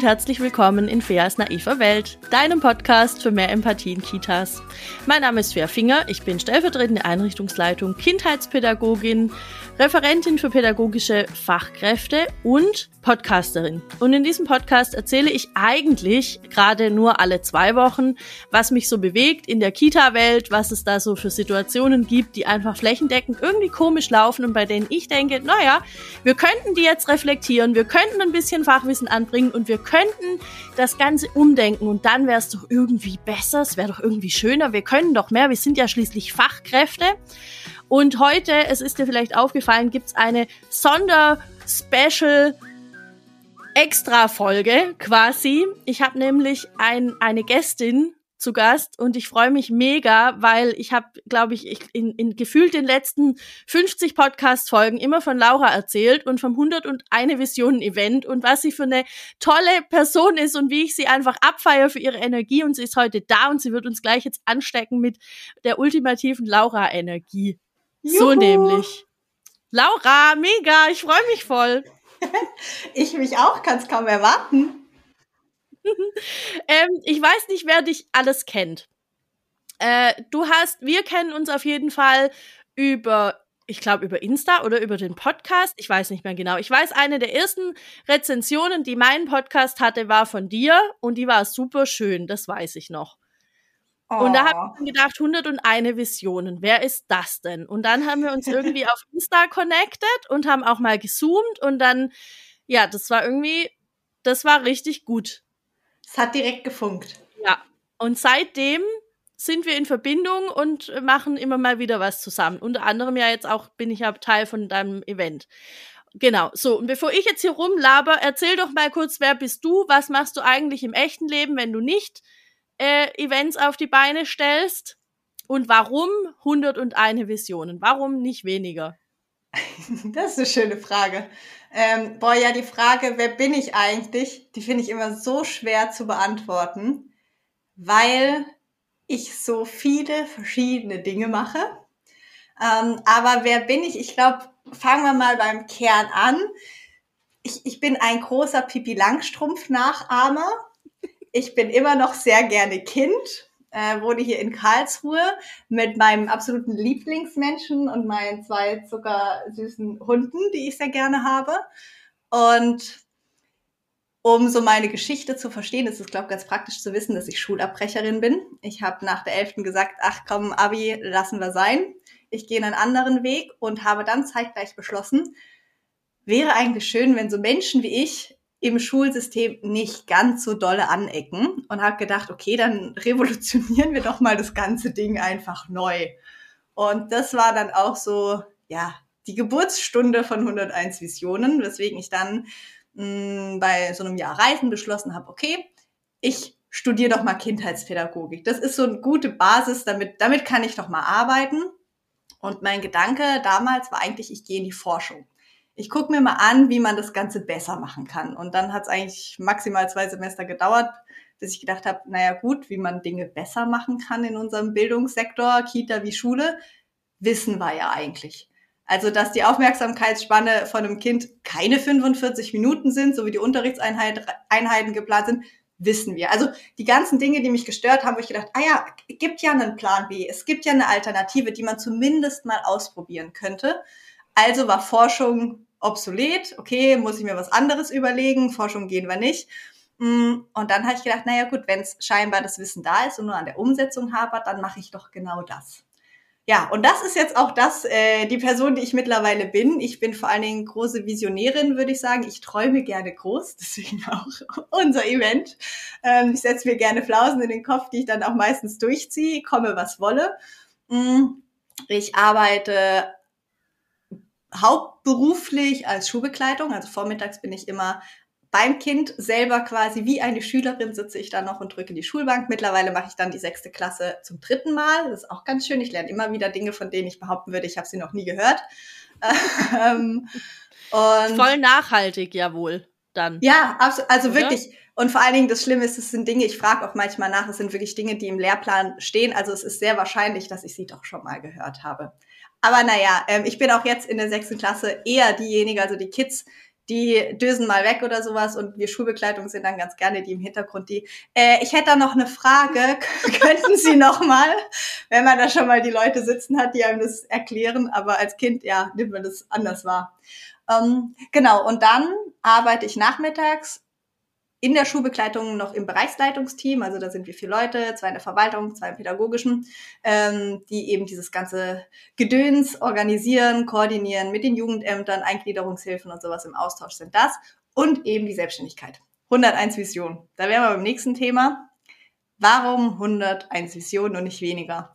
und herzlich willkommen in Feas naiver Welt, deinem Podcast für mehr Empathie in Kitas. Mein Name ist Fea Finger, ich bin stellvertretende Einrichtungsleitung, Kindheitspädagogin, Referentin für pädagogische Fachkräfte und Podcasterin. Und in diesem Podcast erzähle ich eigentlich gerade nur alle 2 Wochen, was mich so bewegt in der Kita-Welt, was es da so für Situationen gibt, die einfach flächendeckend irgendwie komisch laufen und bei denen ich denke, naja, wir könnten die jetzt reflektieren, wir könnten ein bisschen Fachwissen anbringen und wir könnten das Ganze umdenken und dann wäre es doch irgendwie besser, es wäre doch irgendwie schöner, wir können doch mehr, wir sind ja schließlich Fachkräfte. Und heute, es ist dir vielleicht aufgefallen, gibt's eine Sonder-Special-Extra-Folge quasi. Ich habe nämlich eine Gästin zu Gast und ich freue mich mega, weil ich habe, glaube ich, in gefühlt den letzten 50 Podcast-Folgen immer von Laura erzählt und vom 101 Visionen-Event und was sie für eine tolle Person ist und wie ich sie einfach abfeiere für ihre Energie und sie ist heute da und sie wird uns gleich jetzt anstecken mit der ultimativen Laura-Energie. Juhu. So nämlich. Laura, mega, ich freue mich voll. Ich mich auch, kann es kaum erwarten. Ich weiß nicht, wer dich alles kennt. Wir kennen uns auf jeden Fall über Insta oder über den Podcast. Ich weiß nicht mehr genau. Ich weiß, eine der ersten Rezensionen, die mein Podcast hatte, war von dir und die war super schön. Das weiß ich noch. Oh. Und da habe ich mir gedacht, 101 Visionen, wer ist das denn? Und dann haben wir uns irgendwie auf Insta connected und haben auch mal gezoomt und dann, ja, das war richtig gut. Es hat direkt gefunkt. Ja, und seitdem sind wir in Verbindung und machen immer mal wieder was zusammen. Unter anderem ja jetzt auch bin ich ja Teil von deinem Event. Genau, so, und bevor ich jetzt hier rumlaber, erzähl doch mal kurz, wer bist du? Was machst du eigentlich im echten Leben, wenn du nicht Events auf die Beine stellst? Und warum 101 Visionen? Warum nicht weniger? Das ist eine schöne Frage. Die Frage, wer bin ich eigentlich, die finde ich immer so schwer zu beantworten, weil ich so viele verschiedene Dinge mache. Aber wer bin ich? Ich glaube, fangen wir mal beim Kern an. Ich bin ein großer Pippi-Langstrumpf-Nachahmer. Ich bin immer noch sehr gerne Kind, wohne hier in Karlsruhe mit meinem absoluten Lieblingsmenschen und meinen 2 zuckersüßen Hunden, die ich sehr gerne habe. Und um so meine Geschichte zu verstehen, ist es, glaube ich, ganz praktisch zu wissen, dass ich Schulabbrecherin bin. Ich habe nach der 11. gesagt, ach komm, Abi, lassen wir sein. Ich gehe einen anderen Weg und habe dann zeitgleich beschlossen, wäre eigentlich schön, wenn so Menschen wie ich im Schulsystem nicht ganz so dolle anecken und habe gedacht, okay, dann revolutionieren wir doch mal das ganze Ding einfach neu. Und das war dann auch so, ja, die Geburtsstunde von 101 Visionen, weswegen ich dann bei so einem Jahr Reisen beschlossen habe, okay, ich studiere doch mal Kindheitspädagogik. Das ist so eine gute Basis, damit kann ich doch mal arbeiten. Und mein Gedanke damals war eigentlich, ich gehe in die Forschung. Ich gucke mir mal an, wie man das Ganze besser machen kann. Und dann hat es eigentlich maximal 2 Semester gedauert, bis ich gedacht habe, naja gut, wie man Dinge besser machen kann in unserem Bildungssektor, Kita wie Schule, wissen wir ja eigentlich. Also, dass die Aufmerksamkeitsspanne von einem Kind keine 45 Minuten sind, so wie die Unterrichtseinheiten geplant sind, wissen wir. Also die ganzen Dinge, die mich gestört haben, wo ich gedacht, gibt ja einen Plan B, es gibt ja eine Alternative, die man zumindest mal ausprobieren könnte. Also war Forschung obsolet, okay, muss ich mir was anderes überlegen, Forschung gehen wir nicht. Und dann habe ich gedacht, naja gut, wenn es scheinbar das Wissen da ist und nur an der Umsetzung hapert, dann mache ich doch genau das. Ja, und das ist jetzt auch die Person, die ich mittlerweile bin. Ich bin vor allen Dingen große Visionärin, würde ich sagen. Ich träume gerne groß, deswegen auch unser Event. Ich setze mir gerne Flausen in den Kopf, die ich dann auch meistens durchziehe, komme was wolle. Ich arbeite hauptberuflich als Schulbegleitung, also vormittags bin ich immer beim Kind selber quasi wie eine Schülerin sitze ich dann noch und drücke die Schulbank. Mittlerweile mache ich dann die 6. Klasse zum 3. Mal. Das ist auch ganz schön. Ich lerne immer wieder Dinge, von denen ich behaupten würde, ich habe sie noch nie gehört. Und voll nachhaltig, ja wohl, dann. Ja, also wirklich. Und vor allen Dingen, das Schlimme ist, es sind Dinge, ich frage auch manchmal nach, es sind wirklich Dinge, die im Lehrplan stehen. Also es ist sehr wahrscheinlich, dass ich sie doch schon mal gehört habe. Aber naja, ich bin auch jetzt in der 6. Klasse eher diejenige, also die Kids, die düsen mal weg oder sowas und wir Schulbegleitung sind dann ganz gerne die im Hintergrund, die, ich hätte da noch eine Frage, könnten Sie noch mal, wenn man da schon mal die Leute sitzen hat, die einem das erklären, aber als Kind, ja, nimmt man das anders wahr. Genau, und dann arbeite ich nachmittags in der Schulbegleitung noch im Bereichsleitungsteam, also da sind wir 4 Leute, 2 in der Verwaltung, 2 im Pädagogischen, die eben dieses ganze Gedöns organisieren, koordinieren mit den Jugendämtern, Eingliederungshilfen und sowas im Austausch sind das und eben die Selbstständigkeit. 101 Visionen. Da wären wir beim nächsten Thema. Warum 101 Visionen und nicht weniger?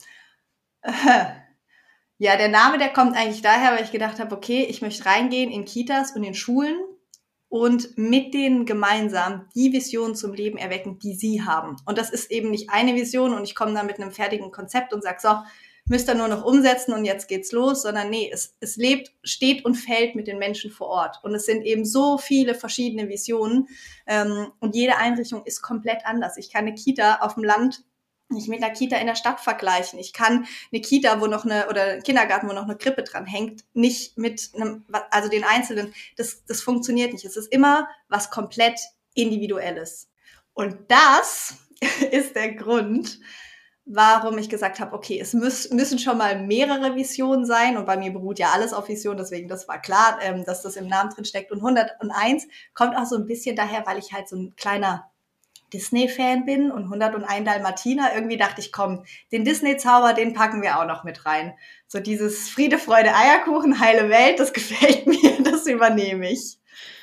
Ja, der Name, der kommt eigentlich daher, weil ich gedacht habe, okay, ich möchte reingehen in Kitas und in Schulen und mit denen gemeinsam die Vision zum Leben erwecken, die sie haben. Und das ist eben nicht eine Vision und ich komme da mit einem fertigen Konzept und sage, so, müsst ihr nur noch umsetzen und jetzt geht's los, sondern nee, es lebt, steht und fällt mit den Menschen vor Ort. Und es sind eben so viele verschiedene Visionen und jede Einrichtung ist komplett anders. Ich kann eine Kita auf dem Land nicht mit einer Kita in der Stadt vergleichen. Ich kann eine Kita, oder einen Kindergarten, wo noch eine Krippe dran hängt, nicht mit also den Einzelnen, das funktioniert nicht. Es ist immer was komplett Individuelles. Und das ist der Grund, warum ich gesagt habe, okay, es müssen schon mal mehrere Visionen sein und bei mir beruht ja alles auf Vision, deswegen das war klar, dass das im Namen drin steckt und 101 kommt auch so ein bisschen daher, weil ich halt so ein kleiner Disney-Fan bin und 101 Dalmatiner. Irgendwie dachte ich, komm, den Disney-Zauber, den packen wir auch noch mit rein. So dieses Friede, Freude, Eierkuchen, heile Welt, das gefällt mir, das übernehme ich.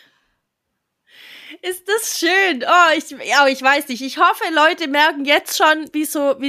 Ist das schön. Ich weiß nicht. Ich hoffe, Leute merken jetzt schon, wie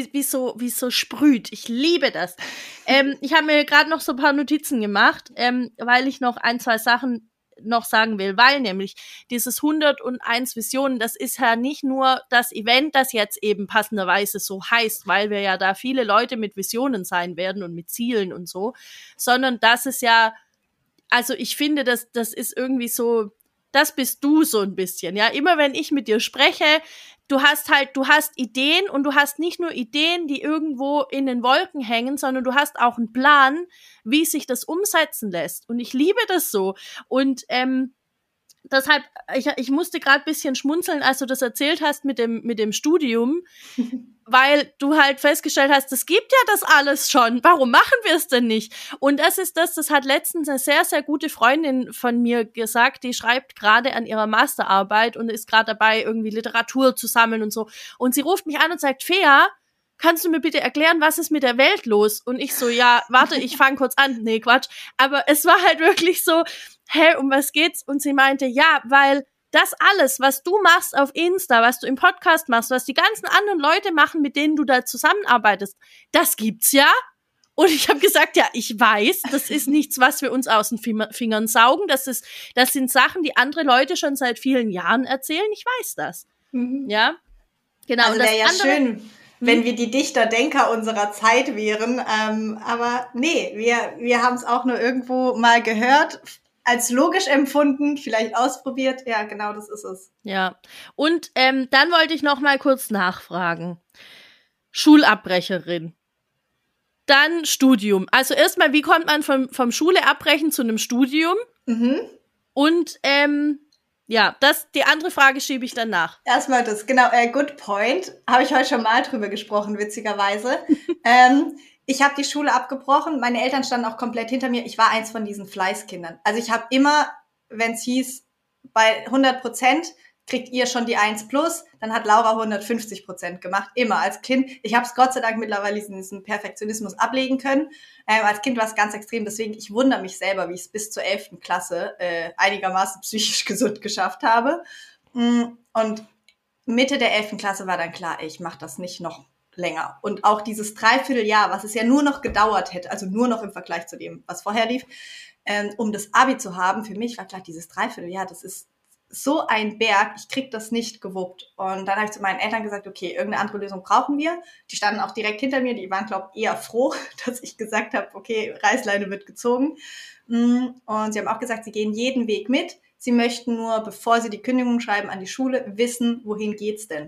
so sprüht. Ich liebe das. Ich habe mir gerade noch so ein paar Notizen gemacht, weil ich noch 1, 2 Sachen noch sagen will, weil nämlich dieses 101 Visionen, das ist ja nicht nur das Event, das jetzt eben passenderweise so heißt, weil wir ja da viele Leute mit Visionen sein werden und mit Zielen und so, sondern das ist ja, also ich finde, das ist irgendwie so, das bist du so ein bisschen, ja, immer wenn ich mit dir spreche, du hast Ideen und du hast nicht nur Ideen, die irgendwo in den Wolken hängen, sondern du hast auch einen Plan, wie sich das umsetzen lässt. Und ich liebe das so. Und deshalb, ich musste gerade ein bisschen schmunzeln, als du das erzählt hast mit dem Studium, weil du halt festgestellt hast, das gibt ja das alles schon. Warum machen wir es denn nicht? Und das hat letztens eine sehr, sehr gute Freundin von mir gesagt, die schreibt gerade an ihrer Masterarbeit und ist gerade dabei, irgendwie Literatur zu sammeln und so. Und sie ruft mich an und sagt, Fea, kannst du mir bitte erklären, was ist mit der Welt los? Und ich so, ja, warte, ich fange kurz an. Nee, Quatsch. Aber es war halt wirklich so, hä, um was geht's? Und sie meinte, ja, weil das alles, was du machst auf Insta, was du im Podcast machst, was die ganzen anderen Leute machen, mit denen du da zusammenarbeitest, das gibt's ja. Und ich habe gesagt, ja, ich weiß, das ist nichts, was wir uns aus den Fingern saugen. Das sind Sachen, die andere Leute schon seit vielen Jahren erzählen. Ich weiß das. Mhm. Ja, genau. Also wäre ja schön, wenn wir die Dichter-Denker unserer Zeit wären. Aber nee, wir haben es auch nur irgendwo mal gehört, als logisch empfunden, vielleicht ausprobiert. Ja, genau, das ist es. Ja, und dann wollte ich noch mal kurz nachfragen. Schulabbrecherin. Dann Studium. Also erstmal, wie kommt man vom Schule abbrechen zu einem Studium? Mhm. Und ja, die andere Frage schiebe ich dann nach. Erstmal das, genau, good point. Habe ich heute schon mal drüber gesprochen, witzigerweise. Ich habe die Schule abgebrochen. Meine Eltern standen auch komplett hinter mir. Ich war eins von diesen Fleißkindern. Also ich habe immer, wenn es hieß, bei 100% kriegt ihr schon die 1 plus, dann hat Laura 150% gemacht. Immer als Kind. Ich habe es Gott sei Dank mittlerweile diesen Perfektionismus ablegen können. Als Kind war es ganz extrem. Deswegen, ich wundere mich selber, wie ich es bis zur 11. Klasse einigermaßen psychisch gesund geschafft habe. Und Mitte der 11. Klasse war dann klar, ich mache das nicht noch länger. Und auch dieses Dreivierteljahr, was es ja nur noch gedauert hätte, also nur noch im Vergleich zu dem, was vorher lief, um das Abi zu haben, für mich war klar, dieses Dreivierteljahr, das ist so ein Berg, ich krieg das nicht gewuppt. Und dann habe ich zu meinen Eltern gesagt, okay, irgendeine andere Lösung brauchen wir. Die standen auch direkt hinter mir, die waren, glaube ich, eher froh, dass ich gesagt habe, okay, Reißleine wird gezogen. Und sie haben auch gesagt, sie gehen jeden Weg mit. Sie möchten nur, bevor sie die Kündigung schreiben an die Schule, wissen, wohin geht's denn?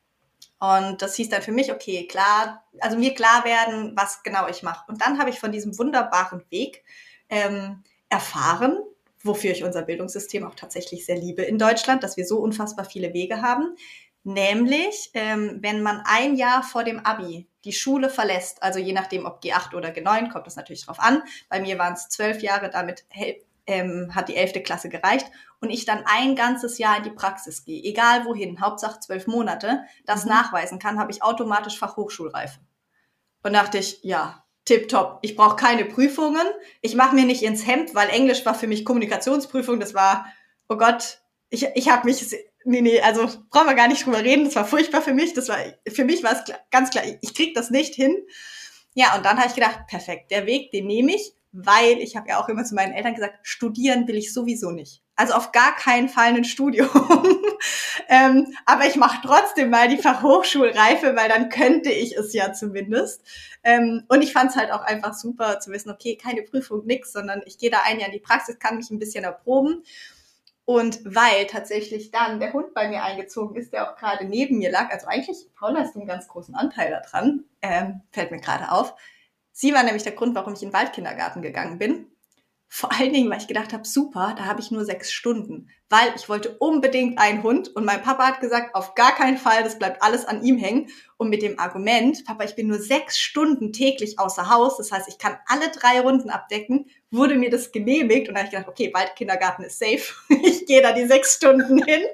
Und das hieß dann für mich, okay, klar, also mir klar werden, was genau ich mache. Und dann habe ich von diesem wunderbaren Weg erfahren, wofür ich unser Bildungssystem auch tatsächlich sehr liebe in Deutschland, dass wir so unfassbar viele Wege haben. Nämlich, wenn man ein Jahr vor dem Abi die Schule verlässt, also je nachdem, ob G8 oder G9, kommt das natürlich drauf an. Bei mir waren es 12 Jahre, damit hat die 11. Klasse gereicht. Und ich dann ein ganzes Jahr in die Praxis gehe, egal wohin, Hauptsache 12 Monate, das nachweisen kann, habe ich automatisch Fachhochschulreife. Und dachte ich, ja, tipptopp, ich brauche keine Prüfungen, ich mache mir nicht ins Hemd, weil Englisch war für mich Kommunikationsprüfung, das war, oh Gott, ich habe mich, also brauchen wir gar nicht drüber reden, das war furchtbar für mich, für mich war es ganz klar, ich krieg das nicht hin. Ja, und dann habe ich gedacht, perfekt, der Weg, den nehme ich, weil ich habe ja auch immer zu meinen Eltern gesagt, studieren will ich sowieso nicht. Also auf gar keinen Fall ein Studium. Aber ich mache trotzdem mal die Fachhochschulreife, weil dann könnte ich es ja zumindest. Und ich fand es halt auch einfach super zu wissen, okay, keine Prüfung, nix, sondern ich gehe da ein Jahr in die Praxis, kann mich ein bisschen erproben. Und weil tatsächlich dann der Hund bei mir eingezogen ist, der auch gerade neben mir lag, also eigentlich, Paula hast du einen ganz großen Anteil daran, fällt mir gerade auf. Sie war nämlich der Grund, warum ich in den Waldkindergarten gegangen bin. Vor allen Dingen, weil ich gedacht habe, super, da habe ich nur 6 Stunden, weil ich wollte unbedingt einen Hund und mein Papa hat gesagt, auf gar keinen Fall, das bleibt alles an ihm hängen. Und mit dem Argument, Papa, ich bin nur 6 Stunden täglich außer Haus, das heißt, ich kann alle 3 Runden abdecken, wurde mir das genehmigt und da habe ich gedacht, okay, Waldkindergarten ist safe, ich gehe da die 6 Stunden hin.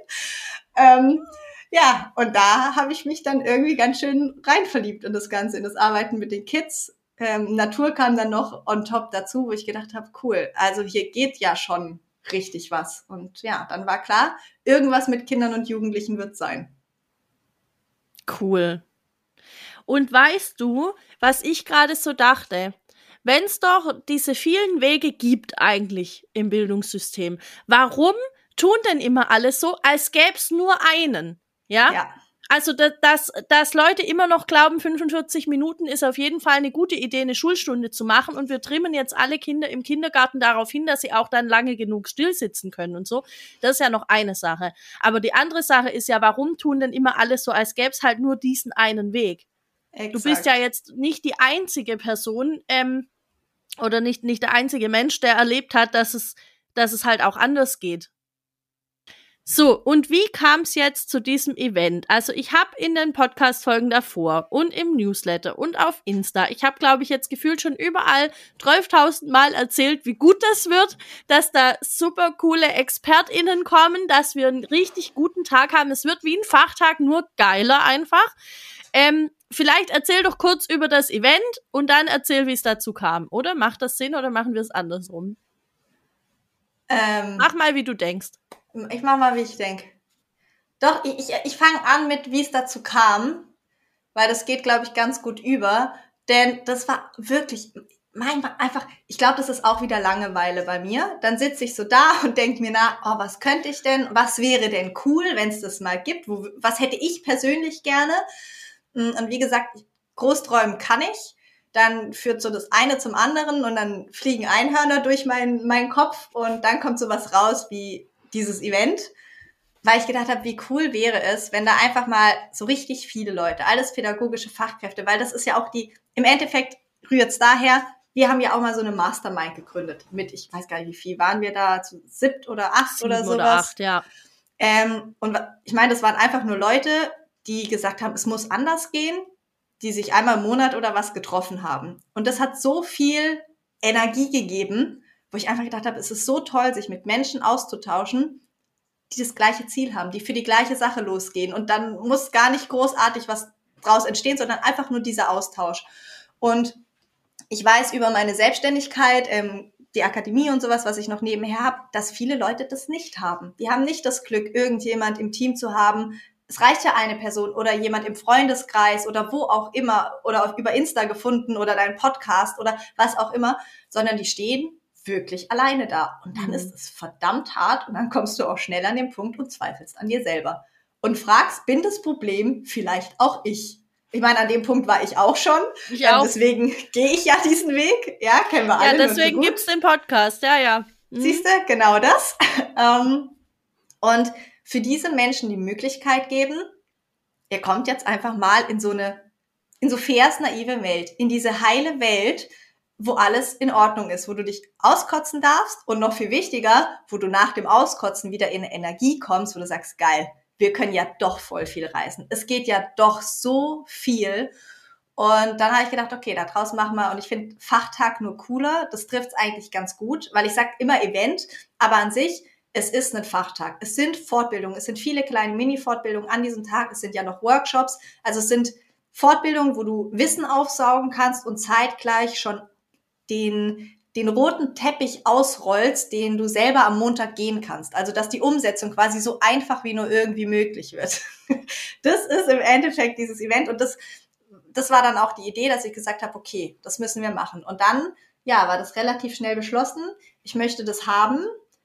Ja, und da habe ich mich dann irgendwie ganz schön rein verliebt in das Ganze, in das Arbeiten mit den Kids. Natur kam dann noch on top dazu, wo ich gedacht habe, cool, also hier geht ja schon richtig was. Und ja, dann war klar, irgendwas mit Kindern und Jugendlichen wird sein. Cool. Und weißt du, was ich gerade so dachte? Wenn es doch diese vielen Wege gibt eigentlich im Bildungssystem, warum tun denn immer alle so, als gäbe es nur einen? Ja? Also, dass Leute immer noch glauben, 45 Minuten ist auf jeden Fall eine gute Idee, eine Schulstunde zu machen und wir trimmen jetzt alle Kinder im Kindergarten darauf hin, dass sie auch dann lange genug stillsitzen können und so. Das ist ja noch eine Sache. Aber die andere Sache ist ja, warum tun denn immer alle so, als gäbe es halt nur diesen einen Weg? Exakt. Du bist ja jetzt nicht die einzige Person oder nicht der einzige Mensch, der erlebt hat, dass es halt auch anders geht. So, und wie kam es jetzt zu diesem Event? Also ich habe in den Podcast-Folgen davor und im Newsletter und auf Insta, ich habe, glaube ich, jetzt gefühlt schon überall 12.000 Mal erzählt, wie gut das wird, dass da super coole ExpertInnen kommen, dass wir einen richtig guten Tag haben. Es wird wie ein Fachtag, nur geiler einfach. Vielleicht erzähl doch kurz über das Event und dann erzähl, wie es dazu kam, oder? Macht das Sinn oder machen wir es andersrum? Mach mal, wie du denkst. Ich mach mal, wie ich denke. Doch, ich fange an mit, wie es dazu kam, weil das geht, glaube ich, ganz gut über. Denn das war wirklich einfach, ich glaube, das ist auch wieder Langeweile bei mir. Dann sitze ich so da und denke mir nach, oh, was könnte ich denn, was wäre denn cool, wenn es das mal gibt? Was hätte ich persönlich gerne? Und wie gesagt, Großträumen kann ich. Dann führt so das eine zum anderen und dann fliegen Einhörner durch meinen Kopf und dann kommt sowas raus wie dieses Event, weil ich gedacht habe, wie cool wäre es, wenn da einfach mal so richtig viele Leute, alles pädagogische Fachkräfte, weil das ist ja auch im Endeffekt rührt es daher, wir haben ja auch mal so eine Mastermind gegründet mit, ich weiß gar nicht, wie viel waren wir da, zu 7 oder 8 oder sowas. Oder 8, ja. Und ich meine, das waren einfach nur Leute, die gesagt haben, es muss anders gehen, die sich einmal im Monat oder was getroffen haben. Und das hat so viel Energie gegeben, wo ich einfach gedacht habe, es ist so toll, sich mit Menschen auszutauschen, die das gleiche Ziel haben, die für die gleiche Sache losgehen. Und dann muss gar nicht großartig was draus entstehen, sondern einfach nur dieser Austausch. Und ich weiß über meine Selbstständigkeit, die Akademie und sowas, was ich noch nebenher habe, dass viele Leute das nicht haben. Die haben nicht das Glück, irgendjemand im Team zu haben. Es reicht ja eine Person oder jemand im Freundeskreis oder wo auch immer oder über Insta gefunden oder dein Podcast oder was auch immer, sondern die stehen wirklich alleine da. Und dann ist es verdammt hart und dann kommst du auch schnell an den Punkt und zweifelst an dir selber. Und fragst, bin das Problem vielleicht auch ich? Ich meine, an dem Punkt war ich auch schon. Ich auch. Deswegen gehe ich ja diesen Weg. Ja, kennen wir alle. Ja, deswegen gibt's den Podcast. Ja. Siehst du, genau das. Und für diese Menschen die Möglichkeit geben, ihr kommt jetzt einfach mal in so Feas naive Welt, in diese heile Welt, wo alles in Ordnung ist, wo du dich auskotzen darfst und noch viel wichtiger, wo du nach dem Auskotzen wieder in Energie kommst, wo du sagst, geil, wir können ja doch voll viel reisen. Es geht ja doch so viel. Und dann habe ich gedacht, okay, daraus machen wir, und ich finde Fachtag nur cooler, das trifft es eigentlich ganz gut, weil ich sage immer Event, aber an sich, es ist ein Fachtag. Es sind Fortbildungen, es sind viele kleine Mini-Fortbildungen an diesem Tag, es sind ja noch Workshops, also es sind Fortbildungen, wo du Wissen aufsaugen kannst und zeitgleich schon den roten Teppich ausrollst, den du selber am Montag gehen kannst. Also, dass die Umsetzung quasi so einfach wie nur irgendwie möglich wird. Das ist im Endeffekt dieses Event, und das war dann auch die Idee, dass ich gesagt habe, okay, das müssen wir machen. Und dann, ja, war das relativ schnell beschlossen. Ich möchte das haben.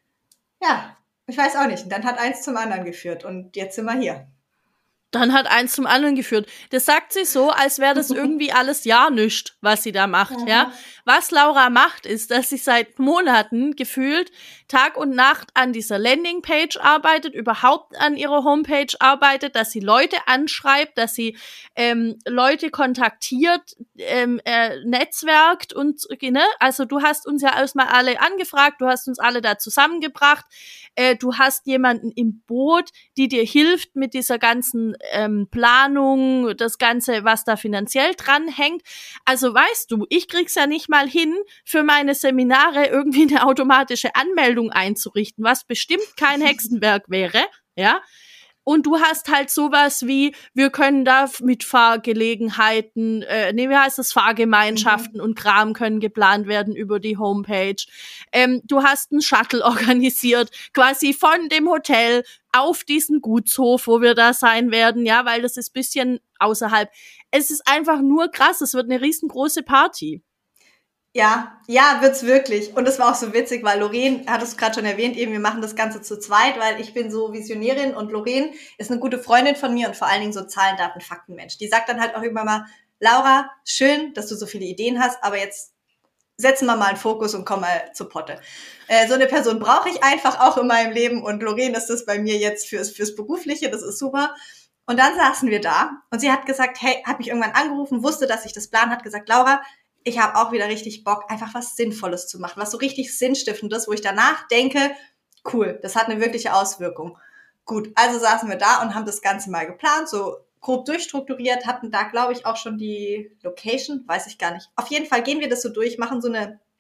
Ja, ich weiß auch nicht. Und dann hat eins zum anderen geführt und jetzt sind wir hier. Dann hat eins zum anderen geführt. Das sagt sie so, als wäre das irgendwie alles ja nischt, was sie da macht, ja. Was Laura macht, ist, dass sie seit Monaten gefühlt Tag und Nacht an dieser Landingpage arbeitet, überhaupt an ihrer Homepage arbeitet, dass sie Leute anschreibt, dass sie Leute kontaktiert, netzwerkt und, ne? Also du hast uns ja erstmal alle angefragt, du hast uns alle da zusammengebracht, du hast jemanden im Boot, die dir hilft mit dieser ganzen Planung, das Ganze, was da finanziell dranhängt. Also weißt du, ich krieg's ja nicht mal hin, für meine Seminare irgendwie eine automatische Anmeldung einzurichten, was bestimmt kein Hexenwerk wäre, ja. Und du hast halt sowas wie, wir können da mit Fahrgelegenheiten, wie heißt das, Fahrgemeinschaften und Kram können geplant werden über die Homepage. Du hast einen Shuttle organisiert, quasi von dem Hotel auf diesen Gutshof, wo wir da sein werden, ja, weil das ist ein bisschen außerhalb. Es ist einfach nur krass, es wird eine riesengroße Party. Ja, wird's wirklich. Und das war auch so witzig, weil Lorraine, hat es gerade schon erwähnt, eben wir machen das Ganze zu zweit, weil ich bin so Visionärin und Lorraine ist eine gute Freundin von mir und vor allen Dingen so Zahlen, Daten, Fakten Mensch. Die sagt dann halt auch immer mal, Laura, schön, dass du so viele Ideen hast, aber jetzt setzen wir mal einen Fokus und komm mal zur Potte. So eine Person brauche ich einfach auch in meinem Leben, und Lorraine ist das bei mir jetzt fürs Berufliche, das ist super. Und dann saßen wir da und sie hat gesagt, hey, hat mich irgendwann angerufen, wusste, dass ich das plan, hat gesagt, Laura, ich habe auch wieder richtig Bock, einfach was Sinnvolles zu machen, was so richtig Sinnstiftendes, wo ich danach denke, cool, das hat eine wirkliche Auswirkung. Gut, also saßen wir da und haben das Ganze mal geplant, so grob durchstrukturiert, hatten da, glaube ich, auch schon die Location, weiß ich gar nicht. Auf jeden Fall gehen wir das so durch, machen so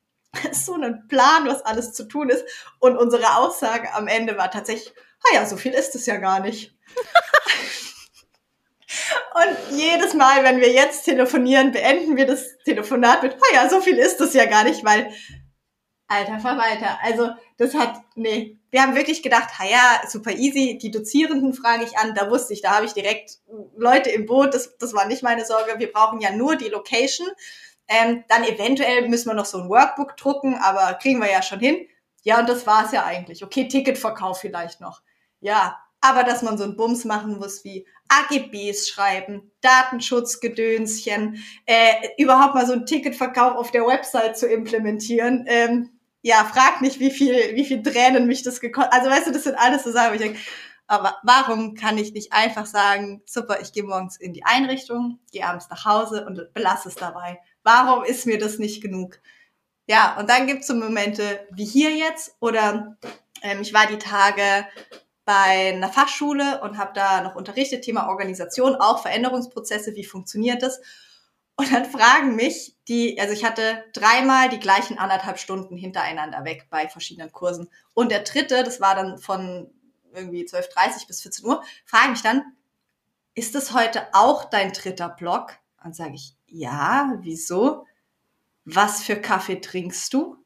einen Plan, was alles zu tun ist, und unsere Aussage am Ende war tatsächlich, so viel ist es ja gar nicht. Und jedes Mal, wenn wir jetzt telefonieren, beenden wir das Telefonat mit, so viel ist es ja gar nicht, weil, alter Verwalter, also wir haben wirklich gedacht, super easy, die Dozierenden frage ich an, da wusste ich, da habe ich direkt Leute im Boot, das war nicht meine Sorge, wir brauchen ja nur die Location, dann eventuell müssen wir noch so ein Workbook drucken, aber kriegen wir ja schon hin, ja, und das war's ja eigentlich, okay, Ticketverkauf vielleicht noch, ja, aber dass man so einen Bums machen muss wie AGBs schreiben, Datenschutzgedönschen, überhaupt mal so einen Ticketverkauf auf der Website zu implementieren. Frag nicht, wie viel Tränen mich das gekostet. Also weißt du, das sind alles so Sachen, wo ich denke, aber warum kann ich nicht einfach sagen, super, ich gehe morgens in die Einrichtung, gehe abends nach Hause und belasse es dabei. Warum ist mir das nicht genug? Ja, und dann gibt's so Momente wie hier jetzt, oder ich war die Tage bei einer Fachschule und habe da noch unterrichtet, Thema Organisation, auch Veränderungsprozesse, wie funktioniert das? Und dann fragen mich ich hatte 3-mal die gleichen 1,5 Stunden hintereinander weg bei verschiedenen Kursen. Und der dritte, das war dann von irgendwie 12:30 bis 14 Uhr, fragen mich dann, ist das heute auch dein dritter Block? Und sage ich, ja, wieso? Was für Kaffee trinkst du?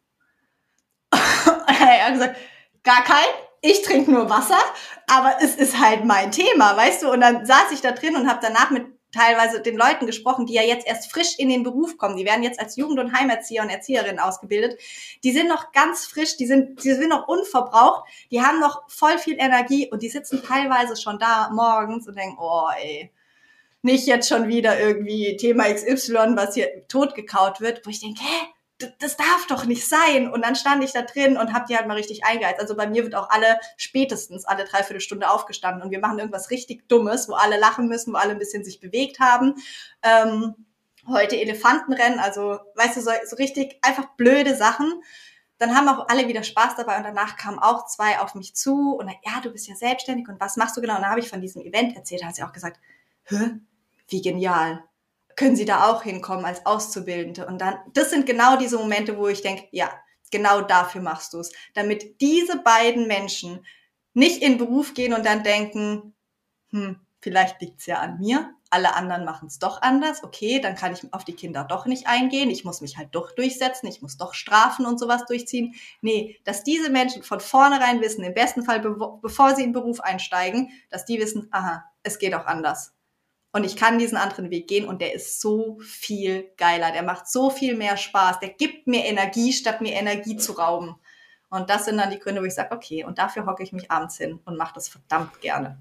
Und er hat gesagt, gar keinen. Ich trinke nur Wasser, aber es ist halt mein Thema, weißt du? Und dann saß ich da drin und habe danach mit teilweise den Leuten gesprochen, die ja jetzt erst frisch in den Beruf kommen. Die werden jetzt als Jugend- und Heimerzieher und Erzieherinnen ausgebildet. Die sind noch ganz frisch, die sind noch unverbraucht, die haben noch voll viel Energie und die sitzen teilweise schon da morgens und denken, nicht jetzt schon wieder irgendwie Thema XY, was hier totgekaut wird, wo ich denke, das darf doch nicht sein. Und dann stand ich da drin und hab die halt mal richtig eingeheizt. Also bei mir wird auch spätestens alle 3/4 Stunde aufgestanden und wir machen irgendwas richtig Dummes, wo alle lachen müssen, wo alle ein bisschen sich bewegt haben. heute Elefantenrennen, also weißt du, so richtig einfach blöde Sachen. Dann haben auch alle wieder Spaß dabei und danach kamen auch 2 auf mich zu und dann, ja, du bist ja selbstständig und was machst du genau? Und dann habe ich von diesem Event erzählt, hat sie auch gesagt, wie genial. Können Sie da auch hinkommen als Auszubildende? Und dann, das sind genau diese Momente, wo ich denke, ja, genau dafür machst du es. Damit diese beiden Menschen nicht in den Beruf gehen und dann denken, vielleicht liegt's ja an mir, alle anderen machen es doch anders, okay, dann kann ich auf die Kinder doch nicht eingehen, ich muss mich halt doch durchsetzen, ich muss doch Strafen und sowas durchziehen. Nee, dass diese Menschen von vornherein wissen, im besten Fall, bevor sie in den Beruf einsteigen, dass die wissen, aha, es geht auch anders. Und ich kann diesen anderen Weg gehen und der ist so viel geiler, der macht so viel mehr Spaß, der gibt mir Energie, statt mir Energie zu rauben. Und das sind dann die Gründe, wo ich sage, okay, und dafür hocke ich mich abends hin und mache das verdammt gerne.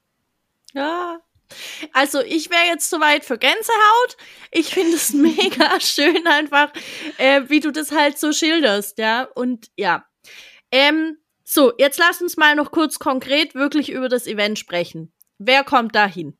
Ja, also ich wäre jetzt soweit für Gänsehaut. Ich finde es mega schön einfach, wie du das halt so schilderst, ja. Und ja, so, jetzt lass uns mal noch kurz konkret wirklich über das Event sprechen. Wer kommt da hin?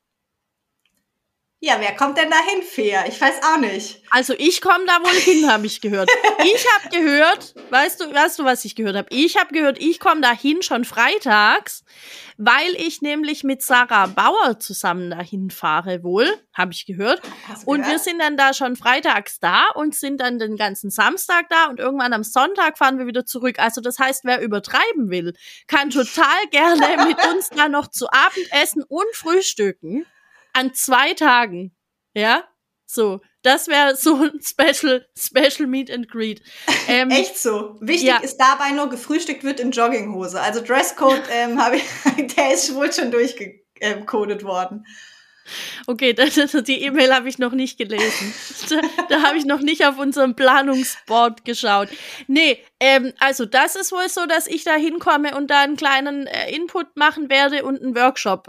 Ja, wer kommt denn dahin, Fea? Ich weiß auch nicht. Also ich komme da wohl hin, habe ich gehört. Ich habe gehört, weißt du, was ich gehört habe? Ich habe gehört, ich komme da hin schon freitags, weil ich nämlich mit Sarah Bauer zusammen dahin fahre wohl, habe ich gehört. Und wir sind dann da schon freitags da und sind dann den ganzen Samstag da und irgendwann am Sonntag fahren wir wieder zurück. Also das heißt, wer übertreiben will, kann total gerne mit uns da noch zu Abend essen und frühstücken. An 2 Tagen, ja, so, das wäre so ein Special Meet and Greet. Echt so. Wichtig ist dabei nur, gefrühstückt wird in Jogginghose. Also Dresscode, der ist wohl schon durchgecodet worden. Okay, die E-Mail habe ich noch nicht gelesen. Da habe ich noch nicht auf unserem Planungsboard geschaut. Nee, also das ist wohl so, dass ich da hinkomme und da einen kleinen Input machen werde und einen Workshop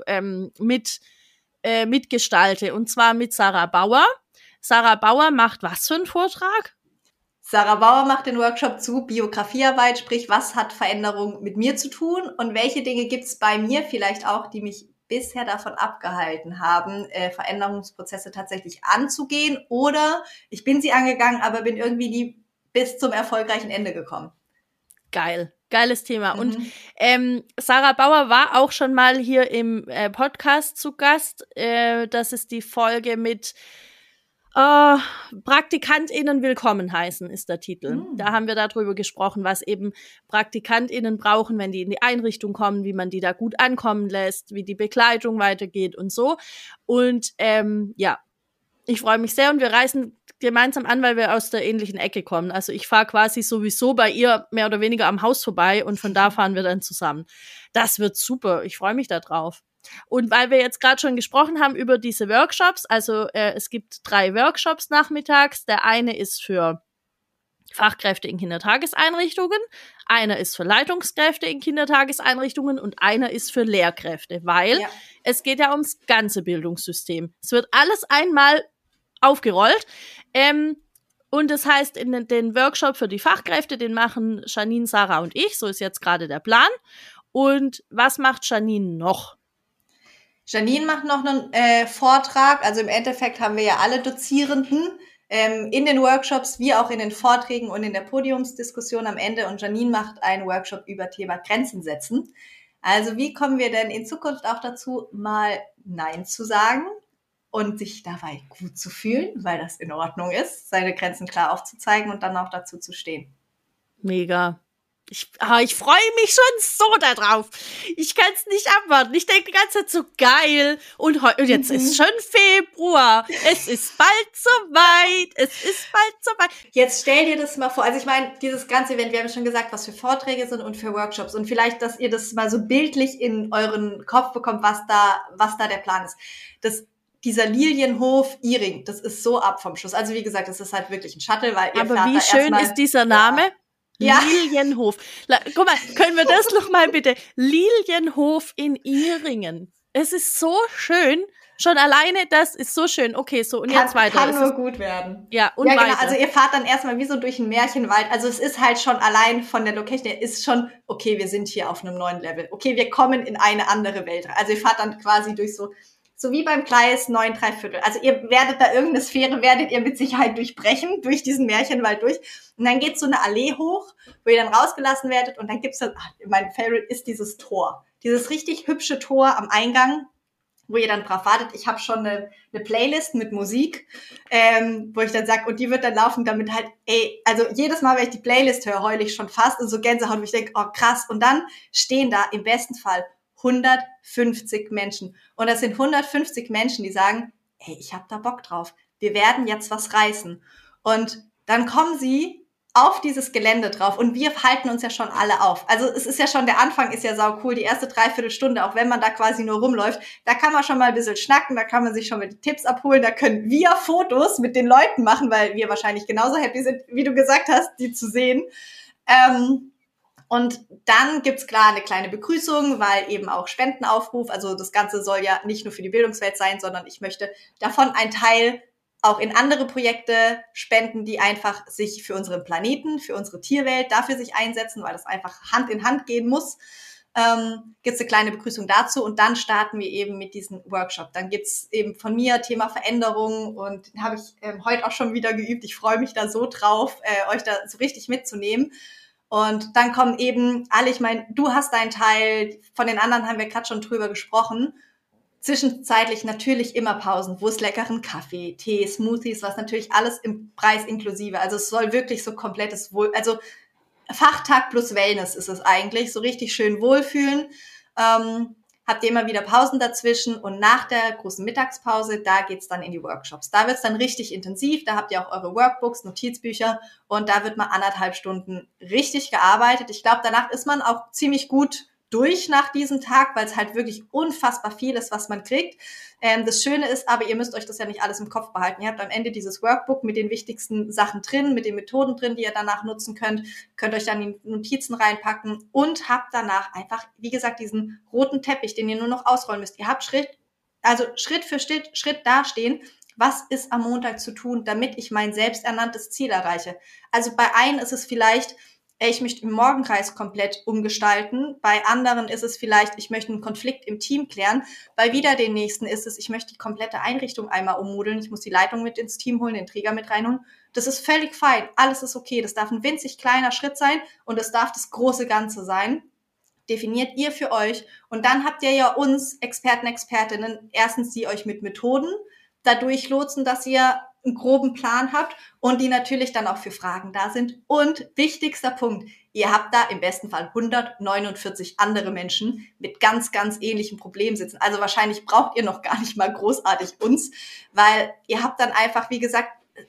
mitgestalte, und zwar mit Sarah Bauer. Sarah Bauer macht was für einen Vortrag? Sarah Bauer macht den Workshop zu Biografiearbeit, sprich, was hat Veränderung mit mir zu tun und welche Dinge gibt es bei mir vielleicht auch, die mich bisher davon abgehalten haben, Veränderungsprozesse tatsächlich anzugehen, oder ich bin sie angegangen, aber bin irgendwie nie bis zum erfolgreichen Ende gekommen. Geil. Geiles Thema. Und Sarah Bauer war auch schon mal hier im Podcast zu Gast. Das ist die Folge mit PraktikantInnen willkommen heißen, ist der Titel. Da haben wir darüber gesprochen, was eben PraktikantInnen brauchen, wenn die in die Einrichtung kommen, wie man die da gut ankommen lässt, wie die Begleitung weitergeht und so. Und ja, ich freue mich sehr und wir reisen gemeinsam an, weil wir aus der ähnlichen Ecke kommen. Also ich fahre quasi sowieso bei ihr mehr oder weniger am Haus vorbei und von da fahren wir dann zusammen. Das wird super. Ich freue mich da drauf. Und weil wir jetzt gerade schon gesprochen haben über diese Workshops, also es gibt 3 Workshops nachmittags. Der eine ist für Fachkräfte in Kindertageseinrichtungen, einer ist für Leitungskräfte in Kindertageseinrichtungen und einer ist für Lehrkräfte, weil es geht ja ums ganze Bildungssystem. Es wird alles einmal aufgerollt. Und das heißt, in den Workshop für die Fachkräfte, den machen Janine, Sarah und ich. So ist jetzt gerade der Plan. Und was macht Janine noch? Janine macht noch einen Vortrag. Also im Endeffekt haben wir ja alle Dozierenden in den Workshops wie auch in den Vorträgen und in der Podiumsdiskussion am Ende. Und Janine macht einen Workshop über Thema Grenzen setzen. Also wie kommen wir denn in Zukunft auch dazu, mal Nein zu sagen und sich dabei gut zu fühlen, weil das in Ordnung ist, seine Grenzen klar aufzuzeigen und dann auch dazu zu stehen. Mega. Ich freue mich schon so darauf. Ich kann es nicht abwarten. Ich denke die ganze Zeit so geil. Und jetzt ist schon Februar. Es ist bald soweit. Jetzt stell dir das mal vor. Also ich meine, dieses ganze Event, wir haben schon gesagt, was für Vorträge sind und für Workshops. Und vielleicht, dass ihr das mal so bildlich in euren Kopf bekommt, was da der Plan ist. Dieser Lilienhof Ihring, das ist so ab vom Schuss. Also wie gesagt, das ist halt wirklich ein Shuttle, weil ihr aber wie schön ist dieser Name? Ja. Lilienhof. Guck mal, können wir das noch mal bitte? Lilienhof in Ihringen. Es ist so schön. Schon alleine, das ist so schön. Okay, so, und jetzt weiter. Kann nur gut werden. Ja, und weiter. Genau. Also ihr fahrt dann erstmal wie so durch einen Märchenwald. Also es ist halt schon allein von der Location, ist schon, okay, wir sind hier auf einem neuen Level. Okay, wir kommen in eine andere Welt. Also ihr fahrt dann quasi durch so so wie beim Gleis 9 3/4. Also ihr werdet da irgendeine Sphäre, werdet ihr mit Sicherheit durchbrechen, durch diesen Märchenwald durch. Und dann geht so eine Allee hoch, wo ihr dann rausgelassen werdet. Und dann gibt's dann, mein Favorite ist dieses Tor. Dieses richtig hübsche Tor am Eingang, wo ihr dann drauf wartet. Ich habe schon eine Playlist mit Musik, wo ich dann sage, und die wird dann laufen, damit halt, also jedes Mal, wenn ich die Playlist höre, heule ich schon fast und so Gänsehaut, wo ich denke, oh krass. Und dann stehen da im besten Fall 150 Menschen. Und das sind 150 Menschen, die sagen, ich habe da Bock drauf. Wir werden jetzt was reißen. Und dann kommen sie auf dieses Gelände drauf und wir halten uns ja schon alle auf. Also es ist ja schon, der Anfang ist ja sau cool, die erste Dreiviertelstunde, auch wenn man da quasi nur rumläuft, da kann man schon mal ein bisschen schnacken, da kann man sich schon mal die Tipps abholen, da können wir Fotos mit den Leuten machen, weil wir wahrscheinlich genauso happy sind, wie du gesagt hast, die zu sehen. Und dann gibt's klar eine kleine Begrüßung, weil eben auch Spendenaufruf, also das Ganze soll ja nicht nur für die Bildungswelt sein, sondern ich möchte davon einen Teil auch in andere Projekte spenden, die einfach sich für unseren Planeten, für unsere Tierwelt, dafür sich einsetzen, weil das einfach Hand in Hand gehen muss. Gibt's eine kleine Begrüßung dazu und dann starten wir eben mit diesem Workshop. Dann gibt's eben von mir Thema Veränderung und den habe ich heute auch schon wieder geübt. Ich freue mich da so drauf, euch da so richtig mitzunehmen. Und dann kommen eben alle, ich meine, du hast deinen Teil, von den anderen haben wir gerade schon drüber gesprochen. Zwischenzeitlich natürlich immer Pausen, wo es leckeren Kaffee, Tee, Smoothies, was natürlich alles im Preis inklusive. Also es soll wirklich so komplettes also Fachtag plus Wellness ist es eigentlich, so richtig schön wohlfühlen. Habt ihr immer wieder Pausen dazwischen und nach der großen Mittagspause, da geht's dann in die Workshops. Da wird's dann richtig intensiv, da habt ihr auch eure Workbooks, Notizbücher und da wird mal 1,5 Stunden richtig gearbeitet. Ich glaube, danach ist man auch ziemlich gut durch nach diesem Tag, weil es halt wirklich unfassbar viel ist, was man kriegt. Das Schöne ist aber, ihr müsst euch das ja nicht alles im Kopf behalten. Ihr habt am Ende dieses Workbook mit den wichtigsten Sachen drin, mit den Methoden drin, die ihr danach nutzen könnt euch dann die Notizen reinpacken und habt danach einfach, wie gesagt, diesen roten Teppich, den ihr nur noch ausrollen müsst. Ihr habt Schritt für Schritt dastehen, was ist am Montag zu tun, damit ich mein selbsternanntes Ziel erreiche. Also bei einem ist es vielleicht, ich möchte im Morgenkreis komplett umgestalten. Bei anderen ist es vielleicht, ich möchte einen Konflikt im Team klären. Bei wieder den nächsten ist es, ich möchte die komplette Einrichtung einmal ummodeln. Ich muss die Leitung mit ins Team holen, den Träger mit reinholen. Das ist völlig fein. Alles ist okay. Das darf ein winzig kleiner Schritt sein und das darf das große Ganze sein. Definiert ihr für euch. Und dann habt ihr ja uns Experten, Expertinnen, erstens, die euch mit Methoden dadurch lotsen, dass ihr einen groben Plan habt und die natürlich dann auch für Fragen da sind. Und wichtigster Punkt, ihr habt da im besten Fall 149 andere Menschen mit ganz, ganz ähnlichen Problemen sitzen. Also wahrscheinlich braucht ihr noch gar nicht mal großartig uns, weil ihr habt dann einfach, wie gesagt,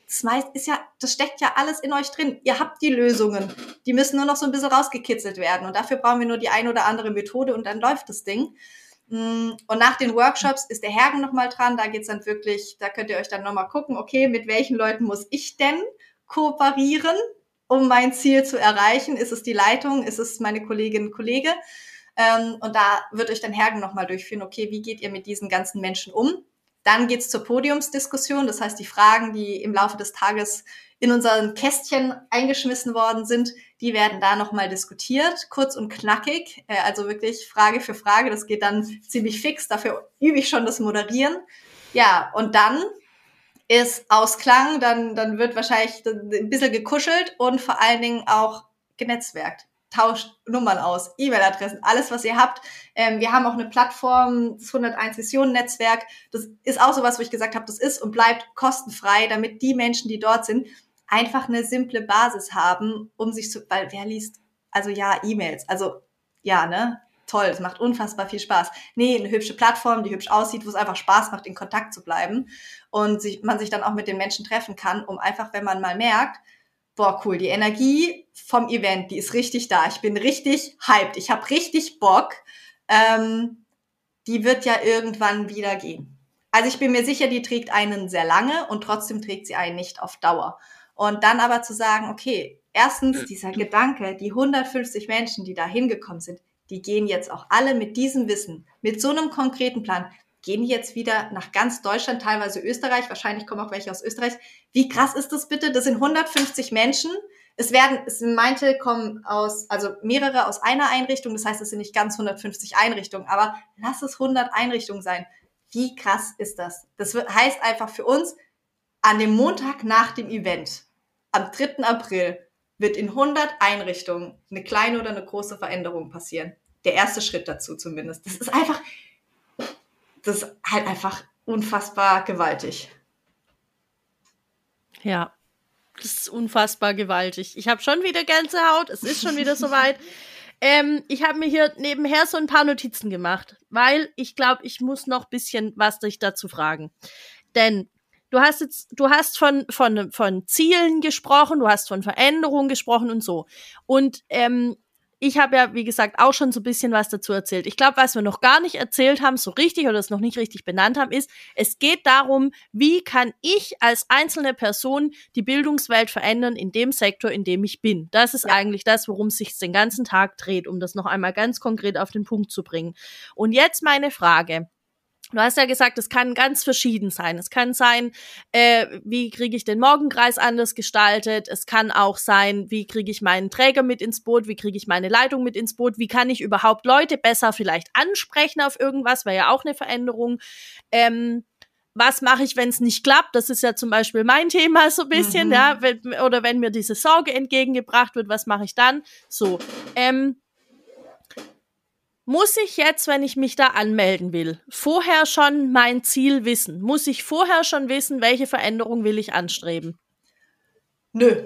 das steckt ja alles in euch drin. Ihr habt die Lösungen. Die müssen nur noch so ein bisschen rausgekitzelt werden. Und dafür brauchen wir nur die ein oder andere Methode und dann läuft das Ding. Und nach den Workshops ist der Hergen nochmal dran, da geht's dann wirklich, da könnt ihr euch dann nochmal gucken, okay, mit welchen Leuten muss ich denn kooperieren, um mein Ziel zu erreichen? Ist es die Leitung? Ist es meine Kollegin und Kollege? Und da wird euch dann Hergen nochmal durchführen, okay, wie geht ihr mit diesen ganzen Menschen um? Dann geht's zur Podiumsdiskussion, das heißt, die Fragen, die im Laufe des Tages in unseren Kästchen eingeschmissen worden sind, die werden da nochmal diskutiert, kurz und knackig, also wirklich Frage für Frage, das geht dann ziemlich fix, dafür übe ich schon das Moderieren. Ja, und dann ist Ausklang, dann wird wahrscheinlich ein bisschen gekuschelt und vor allen Dingen auch genetzwerkt. Tauscht Nummern aus, E-Mail-Adressen, alles, was ihr habt. Wir haben auch eine Plattform, das 101 Visionen-Netzwerk. Das ist auch sowas, wo ich gesagt habe, das ist und bleibt kostenfrei, damit die Menschen, die dort sind, einfach eine simple Basis haben, weil wer liest, also ja, E-Mails, also ja, ne, toll, es macht unfassbar viel Spaß. Nee, eine hübsche Plattform, die hübsch aussieht, wo es einfach Spaß macht, in Kontakt zu bleiben und man sich dann auch mit den Menschen treffen kann, um einfach, wenn man mal merkt, boah, cool, die Energie vom Event, die ist richtig da. Ich bin richtig hyped. Ich habe richtig Bock. Die wird ja irgendwann wieder gehen. Also ich bin mir sicher, die trägt einen sehr lange und trotzdem trägt sie einen nicht auf Dauer. Und dann aber zu sagen, okay, erstens dieser Gedanke, die 150 Menschen, die da hingekommen sind, die gehen jetzt auch alle mit diesem Wissen, mit so einem konkreten Plan, gehen die jetzt wieder nach ganz Deutschland, teilweise Österreich, wahrscheinlich kommen auch welche aus Österreich. Wie krass ist das bitte? Das sind 150 Menschen. Manche kommen mehrere aus einer Einrichtung, das heißt, es sind nicht ganz 150 Einrichtungen, aber lass es 100 Einrichtungen sein. Wie krass ist das? Das heißt einfach für uns, an dem Montag nach dem Event, am 3. April, wird in 100 Einrichtungen eine kleine oder eine große Veränderung passieren. Der erste Schritt dazu zumindest. Das ist halt einfach unfassbar gewaltig. Ja, das ist unfassbar gewaltig. Ich habe schon wieder Gänsehaut, es ist schon wieder soweit. Ich habe mir hier nebenher so ein paar Notizen gemacht, weil ich glaube, ich muss noch ein bisschen was dich dazu fragen. Denn du hast von Zielen gesprochen, du hast von Veränderungen gesprochen und so. Und ich habe ja, wie gesagt, auch schon so ein bisschen was dazu erzählt. Ich glaube, was wir noch gar nicht erzählt haben, so richtig oder es noch nicht richtig benannt haben, ist, es geht darum, wie kann ich als einzelne Person die Bildungswelt verändern in dem Sektor, in dem ich bin. Das ist eigentlich das, worum es sich den ganzen Tag dreht, um das noch einmal ganz konkret auf den Punkt zu bringen. Und jetzt meine Frage. Du hast ja gesagt, es kann ganz verschieden sein. Es kann sein, wie kriege ich den Morgenkreis anders gestaltet? Es kann auch sein, wie kriege ich meinen Träger mit ins Boot? Wie kriege ich meine Leitung mit ins Boot? Wie kann ich überhaupt Leute besser vielleicht ansprechen auf irgendwas? Wäre ja auch eine Veränderung. Was mache ich, wenn es nicht klappt? Das ist ja zum Beispiel mein Thema so ein bisschen, ja. Oder wenn mir diese Sorge entgegengebracht wird, was mache ich dann? So, muss ich jetzt, wenn ich mich da anmelden will, vorher schon mein Ziel wissen? Muss ich vorher schon wissen, welche Veränderung will ich anstreben? Nö.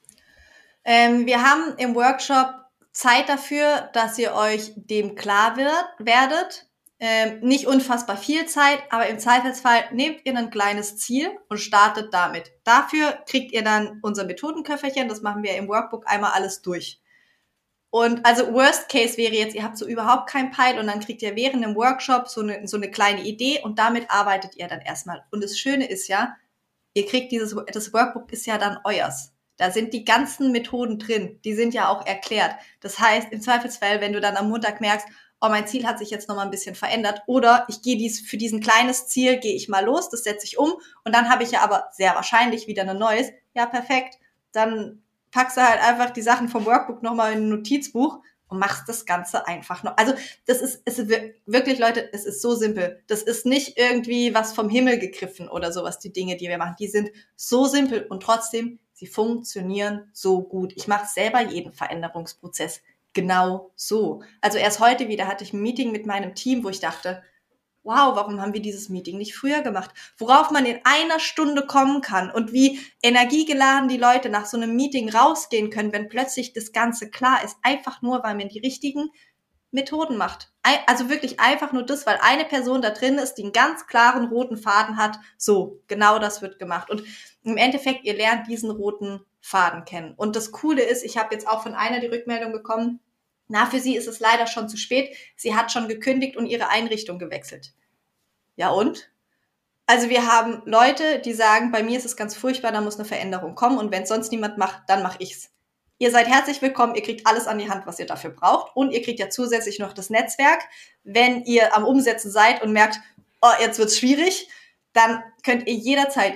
Wir haben im Workshop Zeit dafür, dass ihr euch dem klar werdet. Nicht unfassbar viel Zeit, aber im Zweifelsfall nehmt ihr ein kleines Ziel und startet damit. Dafür kriegt ihr dann unser Methodenköfferchen, das machen wir im Workbook einmal alles durch. Und also Worst Case wäre jetzt, ihr habt so überhaupt kein Peil und dann kriegt ihr während dem Workshop so eine kleine Idee und damit arbeitet ihr dann erstmal. Und das Schöne ist ja, ihr kriegt das Workbook ist ja dann euers. Da sind die ganzen Methoden drin, die sind ja auch erklärt. Das heißt, im Zweifelsfall, wenn du dann am Montag merkst, oh, mein Ziel hat sich jetzt nochmal ein bisschen verändert oder ich gehe für diesen kleines Ziel, gehe ich mal los, das setze ich um und dann habe ich ja aber sehr wahrscheinlich wieder ein neues. Ja, perfekt, dann packst du halt einfach die Sachen vom Workbook nochmal in ein Notizbuch und machst das Ganze einfach noch. Also es ist wirklich, Leute, es ist so simpel. Das ist nicht irgendwie was vom Himmel gegriffen oder sowas, die Dinge, die wir machen. Die sind so simpel und trotzdem, sie funktionieren so gut. Ich mache selber jeden Veränderungsprozess genau so. Also erst heute wieder hatte ich ein Meeting mit meinem Team, wo ich dachte, wow, warum haben wir dieses Meeting nicht früher gemacht? Worauf man in einer Stunde kommen kann und wie energiegeladen die Leute nach so einem Meeting rausgehen können, wenn plötzlich das Ganze klar ist, einfach nur, weil man die richtigen Methoden macht. Also wirklich einfach nur das, weil eine Person da drin ist, die einen ganz klaren roten Faden hat. So, genau das wird gemacht. Und im Endeffekt, ihr lernt diesen roten Faden kennen. Und das Coole ist, ich habe jetzt auch von einer die Rückmeldung bekommen, für sie ist es leider schon zu spät. Sie hat schon gekündigt und ihre Einrichtung gewechselt. Ja und? Also wir haben Leute, die sagen, bei mir ist es ganz furchtbar, da muss eine Veränderung kommen und wenn es sonst niemand macht, dann mache ich's. Ihr seid herzlich willkommen, ihr kriegt alles an die Hand, was ihr dafür braucht und ihr kriegt ja zusätzlich noch das Netzwerk. Wenn ihr am Umsetzen seid und merkt, oh, jetzt wird's schwierig, dann könnt ihr jederzeit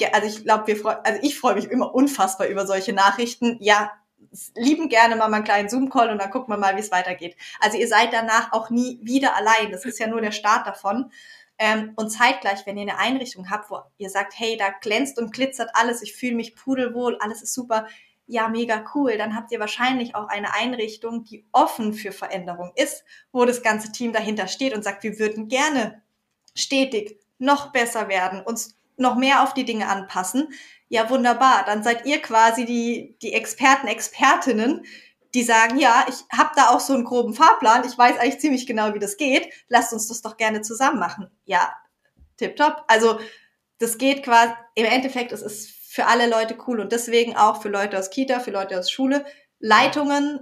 ich freue mich immer unfassbar über solche Nachrichten. Ja, lieben gerne mal einen kleinen Zoom-Call und dann gucken wir mal, wie es weitergeht. Also ihr seid danach auch nie wieder allein. Das ist ja nur der Start davon. Und zeitgleich, wenn ihr eine Einrichtung habt, wo ihr sagt, hey, da glänzt und glitzert alles, ich fühle mich pudelwohl, alles ist super, ja, mega cool, dann habt ihr wahrscheinlich auch eine Einrichtung, die offen für Veränderung ist, wo das ganze Team dahinter steht und sagt, wir würden gerne stetig noch besser werden, uns noch mehr auf die Dinge anpassen. Ja, wunderbar. Dann seid ihr quasi die Experten, Expertinnen, die sagen, ja, ich habe da auch so einen groben Fahrplan, ich weiß eigentlich ziemlich genau, wie das geht, lasst uns das doch gerne zusammen machen. Ja, tipptopp. Also das geht quasi, im Endeffekt, es ist für alle Leute cool und deswegen auch für Leute aus Kita, für Leute aus Schule, Leitungen,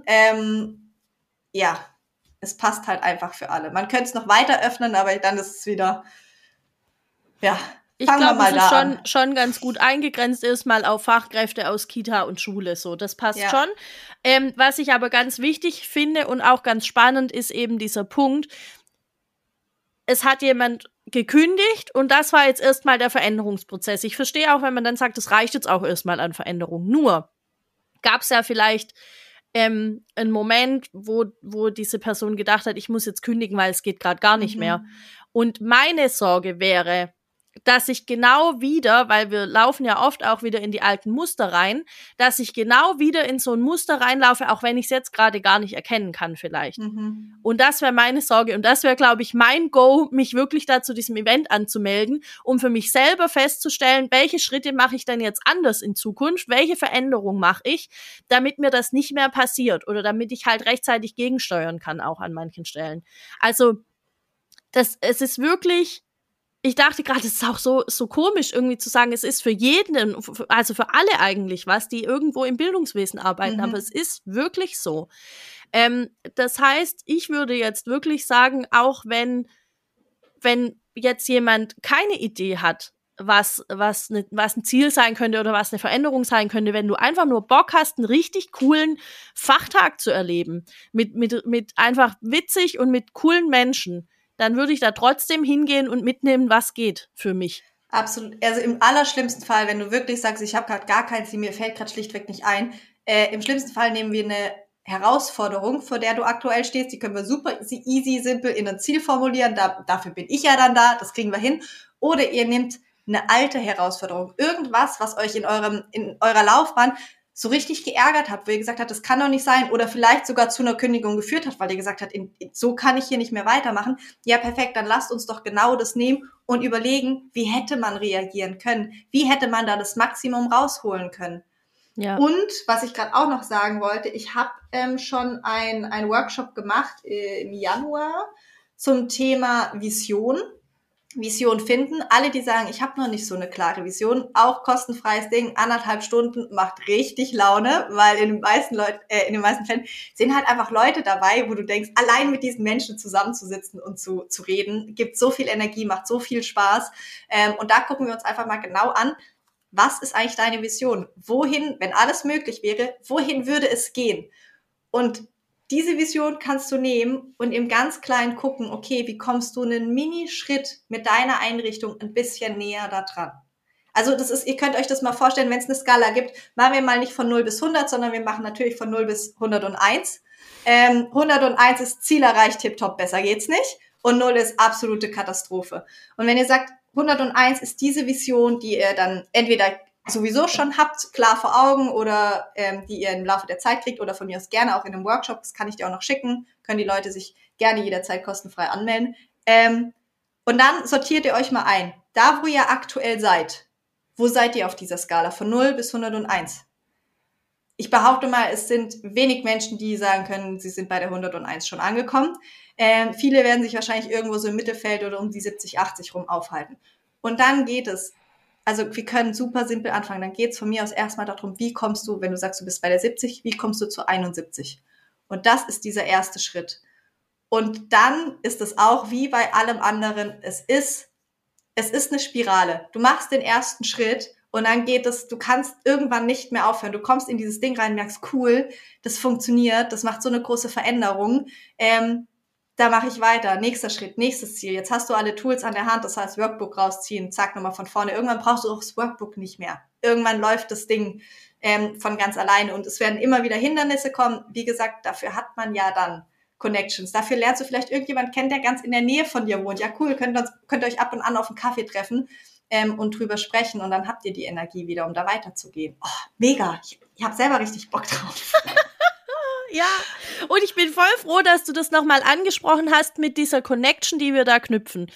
es passt halt einfach für alle. Man könnte es noch weiter öffnen, aber dann ist es wieder, ja, ich glaube, dass es schon ganz gut eingegrenzt ist, mal auf Fachkräfte aus Kita und Schule. So, das passt schon. Was ich aber ganz wichtig finde und auch ganz spannend ist eben dieser Punkt, es hat jemand gekündigt und das war jetzt erstmal der Veränderungsprozess. Ich verstehe auch, wenn man dann sagt, es reicht jetzt auch erstmal an Veränderung. Nur gab es ja vielleicht ein Moment, wo diese Person gedacht hat, ich muss jetzt kündigen, weil es geht gerade gar nicht mehr. Und meine Sorge wäre, dass ich genau wieder, weil wir laufen ja oft auch wieder in die alten Muster rein, dass ich genau wieder in so ein Muster reinlaufe, auch wenn ich es jetzt gerade gar nicht erkennen kann vielleicht. Und das wäre meine Sorge und das wäre, glaube ich, mein Go, mich wirklich da zu diesem Event anzumelden, um für mich selber festzustellen, welche Schritte mache ich denn jetzt anders in Zukunft, welche Veränderung mache ich, damit mir das nicht mehr passiert oder damit ich halt rechtzeitig gegensteuern kann, auch an manchen Stellen. Also es ist wirklich, ich dachte gerade, es ist auch so komisch irgendwie zu sagen, es ist für jeden, also für alle eigentlich was, die irgendwo im Bildungswesen arbeiten, aber es ist wirklich so. Das heißt, ich würde jetzt wirklich sagen, auch wenn jetzt jemand keine Idee hat, was ein Ziel sein könnte oder was eine Veränderung sein könnte, wenn du einfach nur Bock hast, einen richtig coolen Fachtag zu erleben, mit einfach witzig und mit coolen Menschen, dann würde ich da trotzdem hingehen und mitnehmen, was geht für mich. Absolut. Also im allerschlimmsten Fall, wenn du wirklich sagst, ich habe gerade gar kein Ziel, mir fällt gerade schlichtweg nicht ein, im schlimmsten Fall nehmen wir eine Herausforderung, vor der du aktuell stehst, die können wir super easy, simpel in ein Ziel formulieren, dafür bin ich ja dann da, das kriegen wir hin. Oder ihr nehmt eine alte Herausforderung, irgendwas, was euch in eurer Laufbahn so richtig geärgert hat, wo ihr gesagt habt, das kann doch nicht sein, oder vielleicht sogar zu einer Kündigung geführt hat, weil ihr gesagt habt, so kann ich hier nicht mehr weitermachen. Ja, perfekt, dann lasst uns doch genau das nehmen und überlegen, wie hätte man reagieren können? Wie hätte man da das Maximum rausholen können? Ja. Und was ich gerade auch noch sagen wollte, ich habe schon einen Workshop gemacht im Januar zum Thema Vision finden. Alle, die sagen, ich habe noch nicht so eine klare Vision, auch kostenfreies Ding, 1,5 Stunden, macht richtig Laune, weil in den meisten Fällen sind halt einfach Leute dabei, wo du denkst, allein mit diesen Menschen zusammenzusitzen und zu reden, gibt so viel Energie, macht so viel Spaß. Und da gucken wir uns einfach mal genau an, was ist eigentlich deine Vision? Wohin, wenn alles möglich wäre, wohin würde es gehen? Und diese Vision kannst du nehmen und im ganz Kleinen gucken, okay, wie kommst du einen Mini-Schritt mit deiner Einrichtung ein bisschen näher da dran? Also ihr könnt euch das mal vorstellen, wenn es eine Skala gibt, machen wir mal nicht von 0 bis 100, sondern wir machen natürlich von 0 bis 101. 101 ist Ziel erreicht, tipptopp, besser geht's nicht. Und 0 ist absolute Katastrophe. Und wenn ihr sagt, 101 ist diese Vision, die ihr dann entweder sowieso schon habt, klar vor Augen oder die ihr im Laufe der Zeit kriegt oder von mir aus gerne auch in einem Workshop, das kann ich dir auch noch schicken, können die Leute sich gerne jederzeit kostenfrei anmelden. Und dann sortiert ihr euch mal ein. Da, wo ihr aktuell seid, wo seid ihr auf dieser Skala von 0 bis 101? Ich behaupte mal, es sind wenig Menschen, die sagen können, sie sind bei der 101 schon angekommen. Viele werden sich wahrscheinlich irgendwo so im Mittelfeld oder um die 70, 80 rum aufhalten. Und dann geht es, also wir können super simpel anfangen, dann geht es von mir aus erstmal darum, wie kommst du, wenn du sagst, du bist bei der 70, wie kommst du zu 71? Und das ist dieser erste Schritt. Und dann ist es auch wie bei allem anderen, es ist eine Spirale. Du machst den ersten Schritt und dann geht es, du kannst irgendwann nicht mehr aufhören. Du kommst in dieses Ding rein, merkst, cool, das funktioniert, das macht so eine große Veränderung. Da mache ich weiter. Nächster Schritt, nächstes Ziel. Jetzt hast du alle Tools an der Hand, das heißt Workbook rausziehen, zack, nochmal von vorne. Irgendwann brauchst du auch das Workbook nicht mehr. Irgendwann läuft das Ding von ganz alleine und es werden immer wieder Hindernisse kommen. Wie gesagt, dafür hat man ja dann Connections. Dafür lernst du vielleicht irgendjemand kennen, der ganz in der Nähe von dir wohnt. Ja, cool, könnt ihr euch ab und an auf einen Kaffee treffen und drüber sprechen und dann habt ihr die Energie wieder, um da weiterzugehen. Oh, mega. Ich habe selber richtig Bock drauf. Ja, und ich bin voll froh, dass du das nochmal angesprochen hast mit dieser Connection, die wir da knüpfen.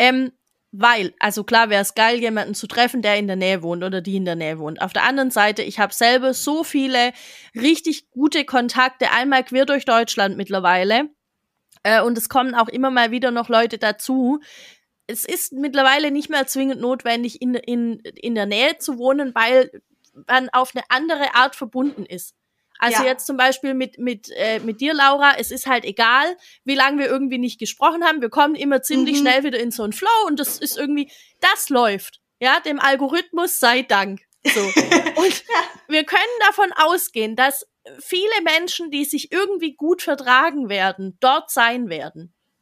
Weil, also klar wäre es geil, jemanden zu treffen, der in der Nähe wohnt oder die in der Nähe wohnt. Auf der anderen Seite, ich habe selber so viele richtig gute Kontakte, einmal quer durch Deutschland mittlerweile. Und es kommen auch immer mal wieder noch Leute dazu. Es ist mittlerweile nicht mehr zwingend notwendig, in der Nähe zu wohnen, weil man auf eine andere Art verbunden ist. Also ja. Jetzt zum Beispiel mit dir, Laura, es ist halt egal, wie lange wir irgendwie nicht gesprochen haben, wir kommen immer ziemlich schnell wieder in so einen Flow und das ist irgendwie, das läuft, ja, dem Algorithmus sei Dank. So. Und wir können davon ausgehen, dass viele Menschen, die sich irgendwie gut vertragen werden, dort sein werden.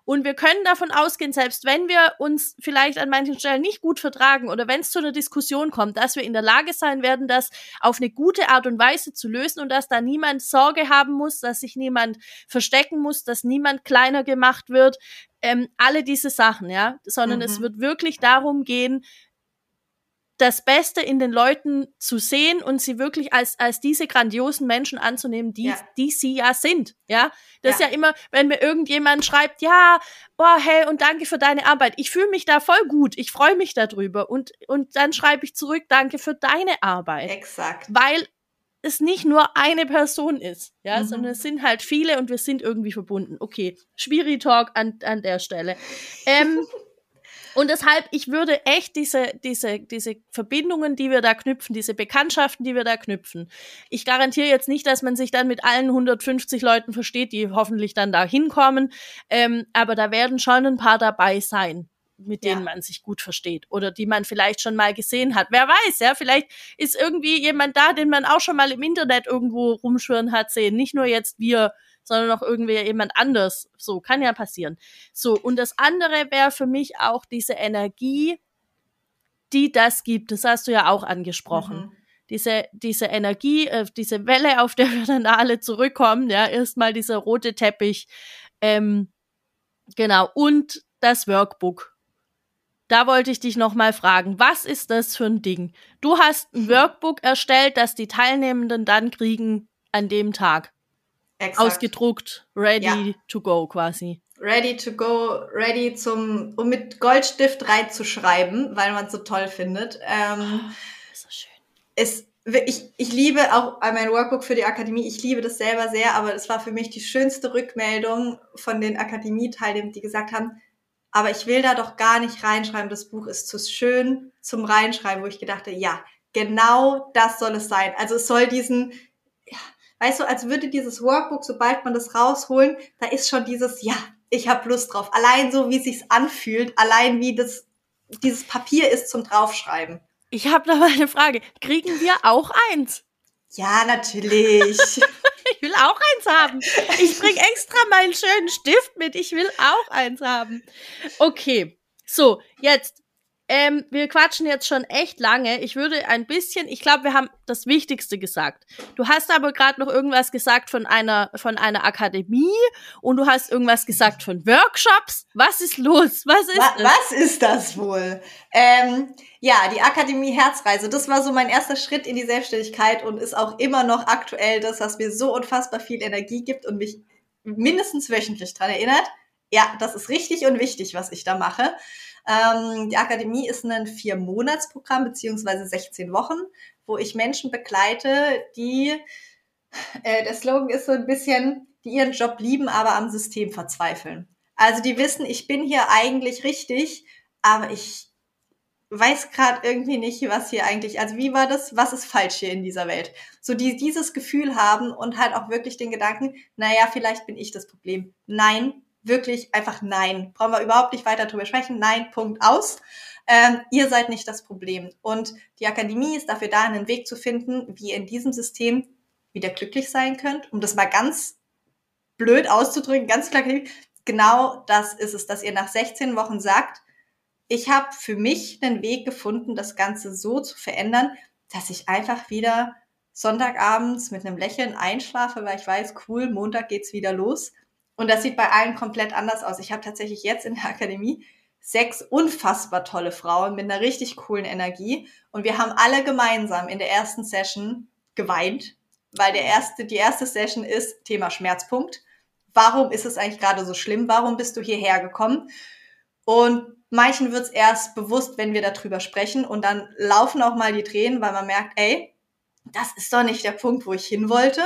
Und wir können davon ausgehen, selbst wenn wir uns vielleicht an manchen Stellen nicht gut vertragen oder wenn es zu einer Diskussion kommt, dass wir in der Lage sein werden, das auf eine gute Art und Weise zu lösen und dass da niemand Sorge haben muss, dass sich niemand verstecken muss, dass niemand kleiner gemacht wird. Alle diese Sachen, ja. Sondern es wird wirklich darum gehen, das Beste in den Leuten zu sehen und sie wirklich als diese grandiosen Menschen anzunehmen, die sie ja sind, ja. Das ist ja immer, wenn mir irgendjemand schreibt, ja, boah, hey, und danke für deine Arbeit. Ich fühle mich da voll gut, ich freue mich darüber. Und dann schreibe ich zurück, danke für deine Arbeit. Exakt. Weil es nicht nur eine Person ist, ja, sondern es sind halt viele und wir sind irgendwie verbunden. Okay, Schwierig-Talk an der Stelle. Und deshalb, ich würde echt diese Verbindungen, die wir da knüpfen, diese Bekanntschaften, die wir da knüpfen. Ich garantiere jetzt nicht, dass man sich dann mit allen 150 Leuten versteht, die hoffentlich dann da hinkommen. Aber da werden schon ein paar dabei sein, mit denen man sich gut versteht oder die man vielleicht schon mal gesehen hat. Wer weiß, ja, vielleicht ist irgendwie jemand da, den man auch schon mal im Internet irgendwo rumschwirren hat sehen. Nicht nur jetzt wir, sondern auch irgendwie jemand anders. So, kann ja passieren. So, und das andere wäre für mich auch diese Energie, die das gibt. Das hast du ja auch angesprochen. Diese Energie, diese Welle, auf der wir dann alle zurückkommen, ja, erstmal dieser rote Teppich, genau, und das Workbook. Da wollte ich dich noch mal fragen, was ist das für ein Ding? Du hast ein Workbook erstellt, das die Teilnehmenden dann kriegen an dem Tag. Exakt. Ausgedruckt, ready to go quasi. Ready to go, ready um mit Goldstift reinzuschreiben, weil man es so toll findet. Ist so schön. Ich liebe auch mein Workbook für die Akademie, ich liebe das selber sehr, aber es war für mich die schönste Rückmeldung von den Akademie-Teilnehmern, die gesagt haben, aber ich will da doch gar nicht reinschreiben, das Buch ist zu schön zum Reinschreiben, wo ich gedacht habe, ja, genau das soll es sein. Also es soll weißt du, als würde dieses Workbook, sobald man das rausholen, da ist schon dieses, ja, ich habe Lust drauf. Allein so, wie es sich anfühlt, allein wie dieses Papier ist zum Draufschreiben. Ich habe da mal eine Frage. Kriegen wir auch eins? Ja, natürlich. Ich will auch eins haben. Ich bring extra meinen schönen Stift mit. Ich will auch eins haben. Okay, so, jetzt. Wir quatschen jetzt schon echt lange. Ich würde ich glaube, wir haben das Wichtigste gesagt. Du hast aber gerade noch irgendwas gesagt von einer Akademie und du hast irgendwas gesagt von Workshops. Was ist los? Was ist das wohl? Ja, die Akademie Herzreise. Das war so mein erster Schritt in die Selbstständigkeit und ist auch immer noch aktuell das, was mir so unfassbar viel Energie gibt und mich mindestens wöchentlich dran erinnert. Ja, das ist richtig und wichtig, was ich da mache. Die Akademie ist ein 4-Monats-Programm beziehungsweise 16 Wochen, wo ich Menschen begleite, die, der Slogan ist so ein bisschen, die ihren Job lieben, aber am System verzweifeln. Also die wissen, ich bin hier eigentlich richtig, aber ich weiß gerade irgendwie nicht, was hier eigentlich, also wie war das, was ist falsch hier in dieser Welt? So die dieses Gefühl haben und halt auch wirklich den Gedanken, naja, vielleicht bin ich das Problem. Nein, wirklich einfach nein. Brauchen wir überhaupt nicht weiter drüber sprechen. Nein, Punkt, aus. Ihr seid nicht das Problem. Und die Akademie ist dafür da, einen Weg zu finden, wie ihr in diesem System wieder glücklich sein könnt. Um das mal ganz blöd auszudrücken, ganz klar, genau das ist es, dass ihr nach 16 Wochen sagt, ich habe für mich einen Weg gefunden, das Ganze so zu verändern, dass ich einfach wieder Sonntagabends mit einem Lächeln einschlafe, weil ich weiß, cool, Montag geht's wieder los. Und das sieht bei allen komplett anders aus. Ich habe tatsächlich jetzt in der Akademie 6 unfassbar tolle Frauen mit einer richtig coolen Energie. Und wir haben alle gemeinsam in der ersten Session geweint, weil die erste Session ist Thema Schmerzpunkt. Warum ist es eigentlich gerade so schlimm? Warum bist du hierher gekommen? Und manchen wird es erst bewusst, wenn wir darüber sprechen. Und dann laufen auch mal die Tränen, weil man merkt, ey, das ist doch nicht der Punkt, wo ich hin wollte.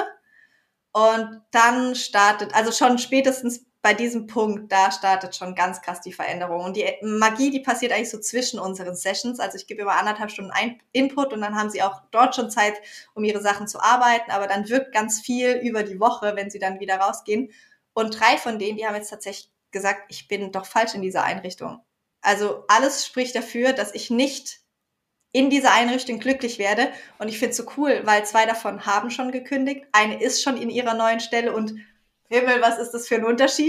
Und dann startet, also schon spätestens bei diesem Punkt, da startet schon ganz krass die Veränderung. Und die Magie, die passiert eigentlich so zwischen unseren Sessions. Also ich gebe immer 1,5 Stunden Input und dann haben sie auch dort schon Zeit, um ihre Sachen zu arbeiten. Aber dann wirkt ganz viel über die Woche, wenn sie dann wieder rausgehen. Und 3 von denen, die haben jetzt tatsächlich gesagt, ich bin doch falsch in dieser Einrichtung. Also alles spricht dafür, dass ich nicht in dieser Einrichtung glücklich werde. Und ich finde es so cool, weil 2 davon haben schon gekündigt. Eine ist schon in ihrer neuen Stelle und Himmel, was ist das für ein Unterschied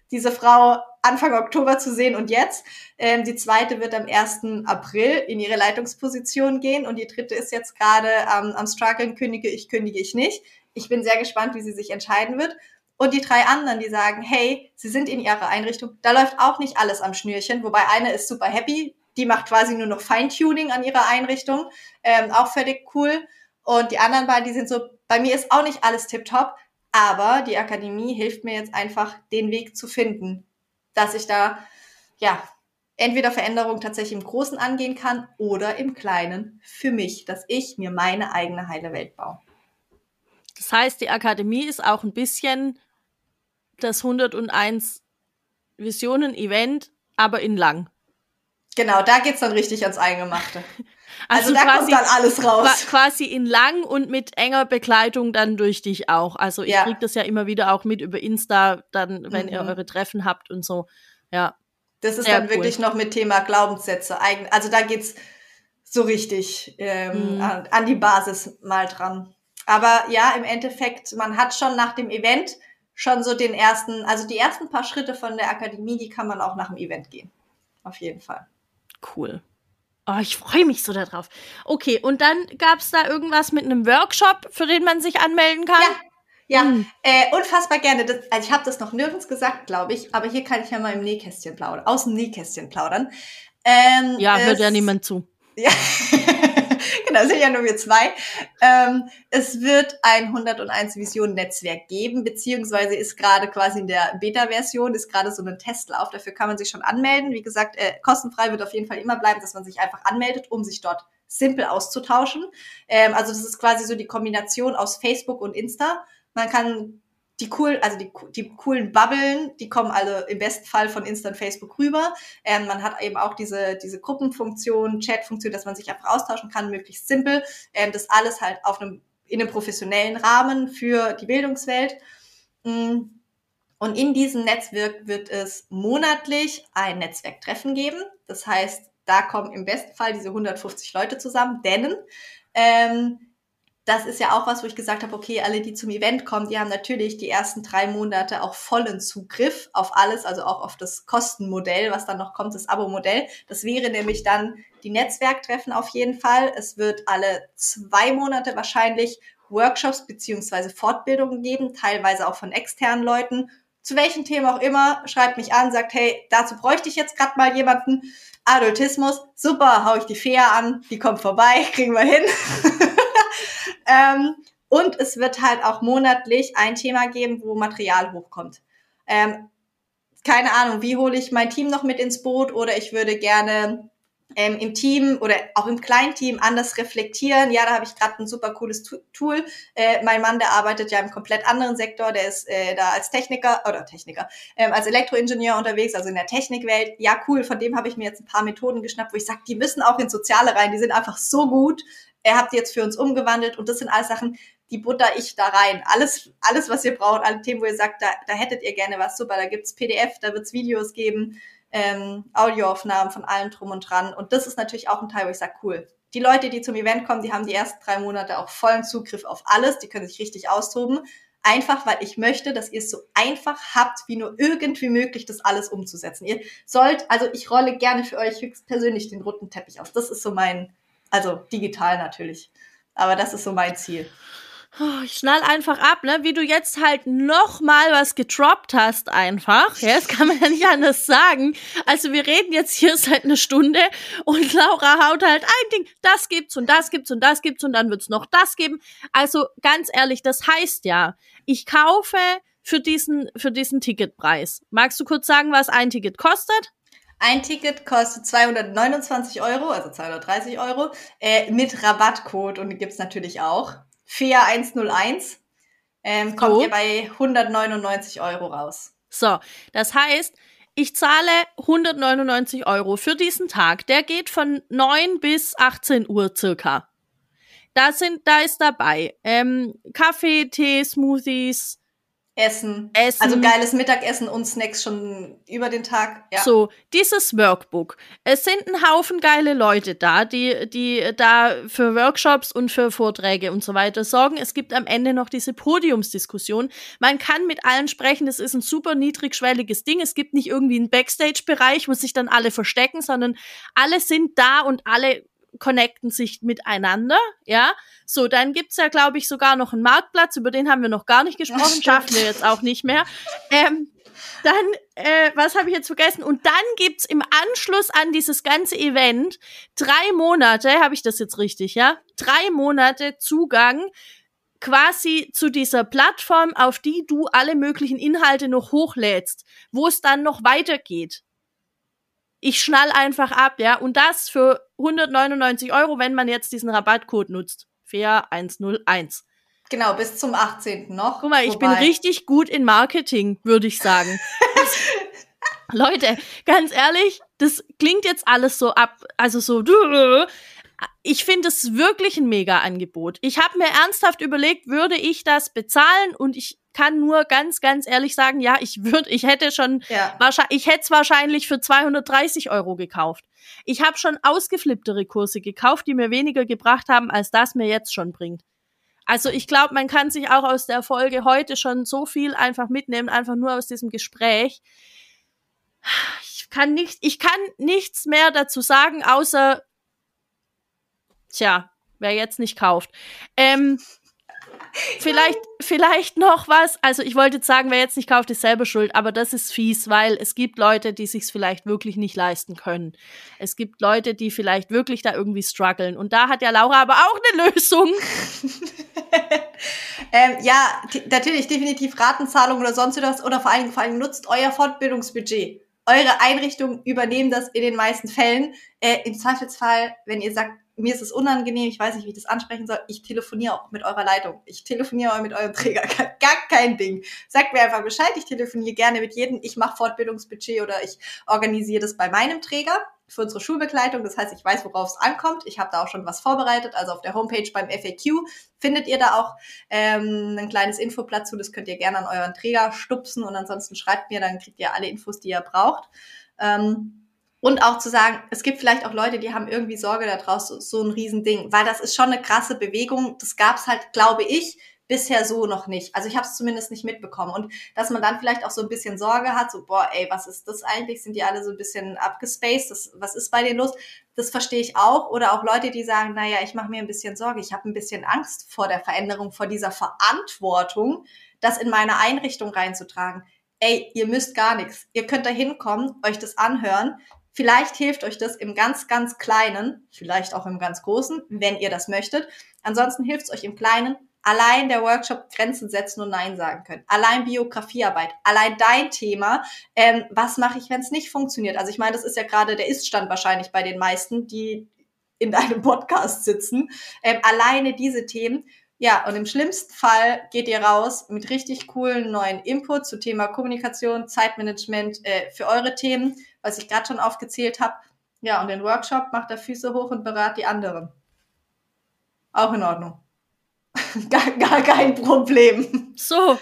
diese Frau Anfang Oktober zu sehen und jetzt. Die zweite wird am 1. April in ihre Leitungsposition gehen und die dritte ist jetzt gerade am struggeln, kündige ich nicht. Ich bin sehr gespannt, wie sie sich entscheiden wird. Und die 3 anderen, die sagen, hey, sie sind in ihrer Einrichtung, da läuft auch nicht alles am Schnürchen, wobei eine ist super happy, die macht quasi nur noch Feintuning an ihrer Einrichtung, auch völlig cool. Und die anderen beiden, die sind so, bei mir ist auch nicht alles tipptopp, aber die Akademie hilft mir jetzt einfach, den Weg zu finden, dass ich da, ja, entweder Veränderungen tatsächlich im Großen angehen kann oder im Kleinen für mich, dass ich mir meine eigene heile Welt baue. Das heißt, die Akademie ist auch ein bisschen das 101 Visionen-Event, aber in lang. Genau, da geht's dann richtig ans Eingemachte. Also da kommt dann alles raus. Quasi in lang und mit enger Begleitung dann durch dich auch. Also ich krieg das ja immer wieder auch mit über Insta, dann, wenn ihr eure Treffen habt und so. Ja. Das ist dann wirklich noch mit Thema Glaubenssätze. Also da geht's so richtig an die Basis mal dran. Aber ja, im Endeffekt, man hat schon nach dem Event schon so die ersten paar Schritte von der Akademie, die kann man auch nach dem Event gehen. Auf jeden Fall. Cool. Oh, ich freue mich so darauf. Okay, und dann gab's da irgendwas mit einem Workshop, für den man sich anmelden kann? Ja, unfassbar gerne. Also ich habe das noch nirgends gesagt, glaube ich, aber hier kann ich ja mal im Nähkästchen plaudern, aus dem Nähkästchen plaudern. Hört ja niemand zu. Ja, genau, sind ja nur wir 2. Es wird ein 101 Vision Netzwerk geben, beziehungsweise ist gerade quasi in der Beta-Version, ist gerade so ein Testlauf, dafür kann man sich schon anmelden. Wie gesagt, kostenfrei wird auf jeden Fall immer bleiben, dass man sich einfach anmeldet, um sich dort simpel auszutauschen. Also das ist quasi so die Kombination aus Facebook und Insta. Man kann die coolen Bubblen, die kommen also im besten Fall von Insta und Facebook rüber. Man hat eben auch diese Gruppenfunktion, Chatfunktion, dass man sich einfach austauschen kann, möglichst simpel. Das alles halt in einem professionellen Rahmen für die Bildungswelt. Und in diesem Netzwerk wird es monatlich ein Netzwerktreffen geben. Das heißt, da kommen im besten Fall diese 150 Leute zusammen, denn das ist ja auch was, wo ich gesagt habe, okay, alle, die zum Event kommen, die haben natürlich die ersten 3 Monate auch vollen Zugriff auf alles, also auch auf das Kostenmodell, was dann noch kommt, das Abo-Modell. Das wäre nämlich dann die Netzwerktreffen auf jeden Fall. Es wird alle 2 Monate wahrscheinlich Workshops beziehungsweise Fortbildungen geben, teilweise auch von externen Leuten. Zu welchem Thema auch immer, schreibt mich an, sagt, hey, dazu bräuchte ich jetzt gerade mal jemanden. Adultismus, super, hau ich die Fea an, die kommt vorbei, kriegen wir hin. Und es wird halt auch monatlich ein Thema geben, wo Material hochkommt. Keine Ahnung, wie hole ich mein Team noch mit ins Boot oder ich würde gerne im Team oder auch im Kleinteam anders reflektieren. Ja, da habe ich gerade ein super cooles Tool. Mein Mann, der arbeitet ja im komplett anderen Sektor, der ist da als als Elektroingenieur unterwegs, also in der Technikwelt. Ja, cool, von dem habe ich mir jetzt ein paar Methoden geschnappt, wo ich sage, die müssen auch ins Soziale rein, die sind einfach so gut. Er hat die jetzt für uns umgewandelt und das sind alles Sachen, die butter ich da rein. Alles, was ihr braucht, alle Themen, wo ihr sagt, da hättet ihr gerne was, super, da gibt's PDF, da wird's Videos geben, Audioaufnahmen von allem drum und dran. Und das ist natürlich auch ein Teil, wo ich sage, cool. Die Leute, die zum Event kommen, die haben die ersten 3 Monate auch vollen Zugriff auf alles, die können sich richtig austoben. Einfach, weil ich möchte, dass ihr es so einfach habt, wie nur irgendwie möglich, das alles umzusetzen. Ich rolle gerne für euch höchstpersönlich den roten Teppich aus. Das ist so also digital natürlich. Aber das ist so mein Ziel. Ich schnall einfach ab, ne? Wie du jetzt halt noch mal was gedroppt hast einfach. Ja, das kann man ja nicht anders sagen. Also wir reden jetzt hier seit einer Stunde und Laura haut halt ein Ding. Das gibt's und das gibt's und das gibt's und dann wird's noch das geben. Also ganz ehrlich, das heißt ja, ich kaufe für diesen Ticketpreis. Magst du kurz sagen, was ein Ticket kostet? Ein Ticket kostet 229 €, also 230 €, mit Rabattcode und den gibt's natürlich auch. FEA101 kommt ihr bei 199 € raus. So, das heißt, ich zahle 199 € für diesen Tag. Der geht von 9 bis 18 Uhr circa. Da ist dabei Kaffee, Tee, Smoothies. Essen. Also geiles Mittagessen und Snacks schon über den Tag. Ja. So, dieses Workbook. Es sind ein Haufen geile Leute da, die da für Workshops und für Vorträge und so weiter sorgen. Es gibt am Ende noch diese Podiumsdiskussion. Man kann mit allen sprechen, das ist ein super niedrigschwelliges Ding. Es gibt nicht irgendwie einen Backstage-Bereich, wo sich dann alle verstecken, sondern alle sind da und alle connecten sich miteinander, ja. So, dann gibt's ja, glaube ich, sogar noch einen Marktplatz, über den haben wir noch gar nicht gesprochen, schaffen wir jetzt auch nicht mehr. Was habe ich jetzt vergessen? Und dann gibt's im Anschluss an dieses ganze Event 3 Monate, habe ich das jetzt richtig, ja? 3 Monate Zugang quasi zu dieser Plattform, auf die du alle möglichen Inhalte noch hochlädst, wo es dann noch weitergeht. Ich schnall einfach ab, ja, und das für 199 €, wenn man jetzt diesen Rabattcode nutzt. Fair 101. Genau, bis zum 18. noch. Guck mal, ich bin richtig gut in Marketing, würde ich sagen. Leute, ganz ehrlich, das klingt jetzt alles so ich finde es wirklich ein Mega-Angebot. Ich habe mir ernsthaft überlegt, würde ich das bezahlen? Und ich kann nur ganz, ganz ehrlich sagen, ja, ich hätte es wahrscheinlich für 230 € gekauft. Ich habe schon ausgeflipptere Kurse gekauft, die mir weniger gebracht haben, als das mir jetzt schon bringt. Also ich glaube, man kann sich auch aus der Folge heute schon so viel einfach mitnehmen, einfach nur aus diesem Gespräch. Ich kann nichts mehr dazu sagen, außer wer jetzt nicht kauft. Vielleicht noch was, also ich wollte jetzt sagen, wer jetzt nicht kauft, ist selber schuld, aber das ist fies, weil es gibt Leute, die sich's vielleicht wirklich nicht leisten können. Es gibt Leute, die vielleicht wirklich da irgendwie strugglen und da hat ja Laura aber auch eine Lösung. Natürlich, definitiv Ratenzahlung oder sonst was oder vor allem nutzt euer Fortbildungsbudget. Eure Einrichtungen übernehmen das in den meisten Fällen. Im Zweifelsfall, wenn ihr sagt, mir ist es unangenehm, ich weiß nicht, wie ich das ansprechen soll, ich telefoniere auch mit eurer Leitung. Ich telefoniere auch mit eurem Träger. Gar kein Ding. Sagt mir einfach Bescheid, ich telefoniere gerne mit jedem. Ich mache Fortbildungsbudget oder ich organisiere das bei meinem Träger für unsere Schulbegleitung. Das heißt, ich weiß, worauf es ankommt. Ich habe da auch schon was vorbereitet. Also auf der Homepage beim FAQ findet ihr da auch ein kleines Infoblatt zu. Das könnt ihr gerne an euren Träger stupsen und ansonsten schreibt mir, dann kriegt ihr alle Infos, die ihr braucht. Und auch zu sagen, es gibt vielleicht auch Leute, die haben irgendwie Sorge daraus, so ein Riesending. Weil das ist schon eine krasse Bewegung. Das gab's halt, glaube ich, bisher so noch nicht. Also ich habe es zumindest nicht mitbekommen. Und dass man dann vielleicht auch so ein bisschen Sorge hat, so, was ist das eigentlich? Sind die alle so ein bisschen abgespaced? Was ist bei denen los? Das verstehe ich auch. Oder auch Leute, die sagen, ich mache mir ein bisschen Sorge. Ich habe ein bisschen Angst vor der Veränderung, vor dieser Verantwortung, das in meine Einrichtung reinzutragen. Ihr müsst gar nichts. Ihr könnt da hinkommen, euch das anhören. Vielleicht hilft euch das im ganz, ganz Kleinen, vielleicht auch im ganz Großen, wenn ihr das möchtet. Ansonsten hilft es euch im Kleinen. Allein der Workshop Grenzen setzen und Nein sagen können. Allein Biografiearbeit. Allein dein Thema. Was mache ich, wenn es nicht funktioniert? Also ich meine, das ist ja gerade der Ist-Stand wahrscheinlich bei den meisten, die in deinem Podcast sitzen. Alleine diese Themen. Ja, und im schlimmsten Fall geht ihr raus mit richtig coolen neuen Input zu Thema Kommunikation, Zeitmanagement für eure Themen, was ich gerade schon aufgezählt habe. Ja, und den Workshop macht er Füße hoch und berät die anderen. Auch in Ordnung. Gar kein Problem. So.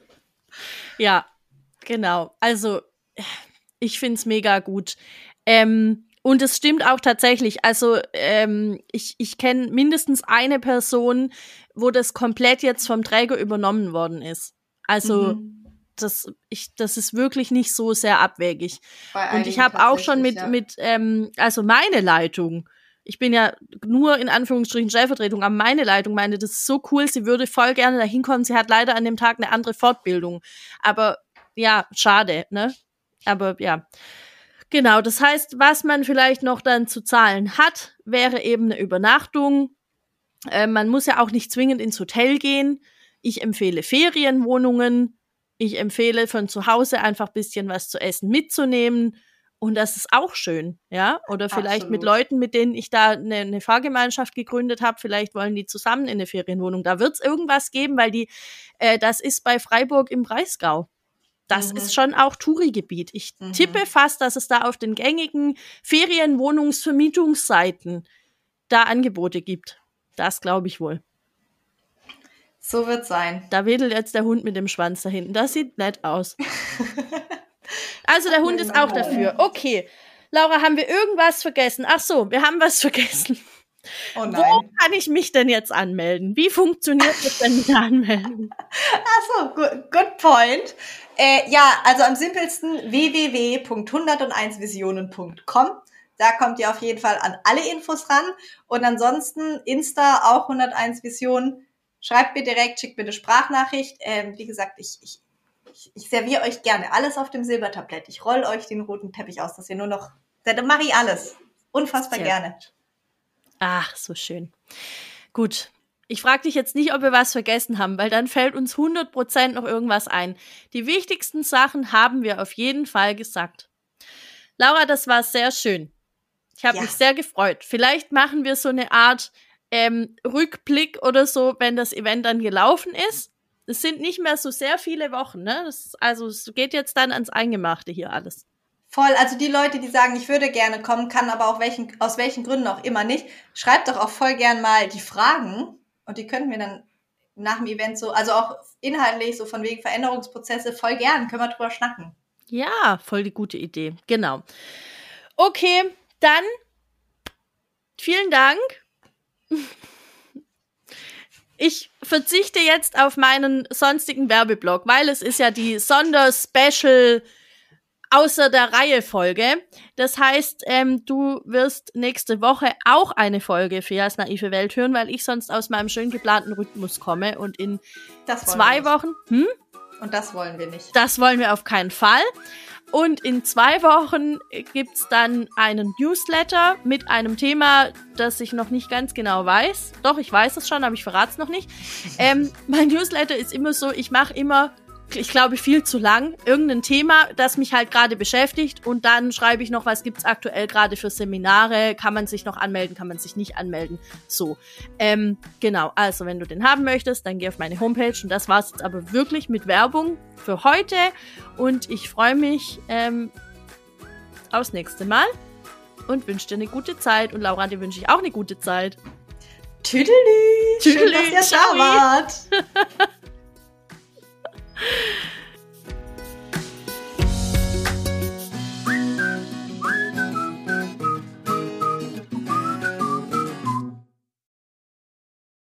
Ja, genau. Also, ich find's mega gut. Und es stimmt auch tatsächlich. Also, ich kenne mindestens eine Person, wo das komplett jetzt vom Träger übernommen worden ist. Also, das ist wirklich nicht so sehr abwegig. Und ich habe auch schon also meine Leitung, ich bin ja nur in Anführungsstrichen Stellvertretung, aber meine Leitung meinte, das ist so cool, sie würde voll gerne da hinkommen. Sie hat leider an dem Tag eine andere Fortbildung. Aber ja, schade, ne? Aber ja. Genau, das heißt, was man vielleicht noch dann zu zahlen hat, wäre eben eine Übernachtung. Man muss ja auch nicht zwingend ins Hotel gehen. Ich empfehle Ferienwohnungen. Ich empfehle von zu Hause einfach ein bisschen was zu essen mitzunehmen. Und das ist auch schön, ja? Oder vielleicht mit Leuten, mit denen ich da eine Fahrgemeinschaft gegründet habe, vielleicht wollen die zusammen in eine Ferienwohnung. Da wird's irgendwas geben, weil das ist bei Freiburg im Breisgau. Das ist schon auch Touri-Gebiet. Ich tippe fast, dass es da auf den gängigen Ferienwohnungsvermietungsseiten da Angebote gibt. Das glaube ich wohl. So wird sein. Da wedelt jetzt der Hund mit dem Schwanz da hinten. Das sieht nett aus. Also der Hund ist auch dafür. Okay. Laura, haben wir irgendwas vergessen? Ach so, wir haben was vergessen. Oh nein. Wo kann ich mich denn jetzt anmelden? Wie funktioniert das denn mit der Anmeldung? Ach so, good point. Ja, also am simpelsten www.101visionen.com. Da kommt ihr auf jeden Fall an alle Infos ran. Und ansonsten Insta auch 101 Visionen. Schreibt mir direkt, schickt mir eine Sprachnachricht. Wie gesagt, ich serviere euch gerne alles auf dem Silbertablett. Ich roll euch den roten Teppich aus, dass ihr nur noch... Da mache ich alles. Unfassbar gerne. Ach, so schön. Gut. Ich frage dich jetzt nicht, ob wir was vergessen haben, weil dann fällt uns 100% noch irgendwas ein. Die wichtigsten Sachen haben wir auf jeden Fall gesagt. Laura, das war sehr schön. Ich habe mich sehr gefreut. Vielleicht machen wir so eine Art Rückblick oder so, wenn das Event dann gelaufen ist. Es sind nicht mehr so sehr viele Wochen, ne? Es geht jetzt dann ans Eingemachte hier alles. Voll, also die Leute, die sagen, ich würde gerne kommen, kann aber auch aus welchen Gründen auch immer nicht, schreibt doch auch voll gern mal die Fragen und die könnten wir dann nach dem Event so, also auch inhaltlich so von wegen Veränderungsprozesse, voll gern, können wir drüber schnacken. Ja, voll die gute Idee, genau. Okay, dann vielen Dank. Ich verzichte jetzt auf meinen sonstigen Werbeblock, weil es ist ja die Sonderspecial außer der Reihe Folge. Das heißt, du wirst nächste Woche auch eine Folge Feas naive Welt hören, weil ich sonst aus meinem schön geplanten Rhythmus komme und in 2 Wochen... Und das wollen wir nicht. Das wollen wir auf keinen Fall. Und in 2 Wochen gibt's dann einen Newsletter mit einem Thema, das ich noch nicht ganz genau weiß. Doch, ich weiß es schon, aber ich verrate es noch nicht. Mein Newsletter ist immer so, ich mache immer, ich glaube viel zu lang, irgendein Thema, das mich halt gerade beschäftigt und dann schreibe ich noch, was gibt's aktuell gerade für Seminare, kann man sich noch anmelden, kann man sich nicht anmelden, so. Genau, also wenn du den haben möchtest, dann geh auf meine Homepage und das war's jetzt aber wirklich mit Werbung für heute und ich freue mich aufs nächste Mal und wünsche dir eine gute Zeit und Laura, dir wünsche ich auch eine gute Zeit. Tüdelü! Tüdelü, schön, dass ihr da wart.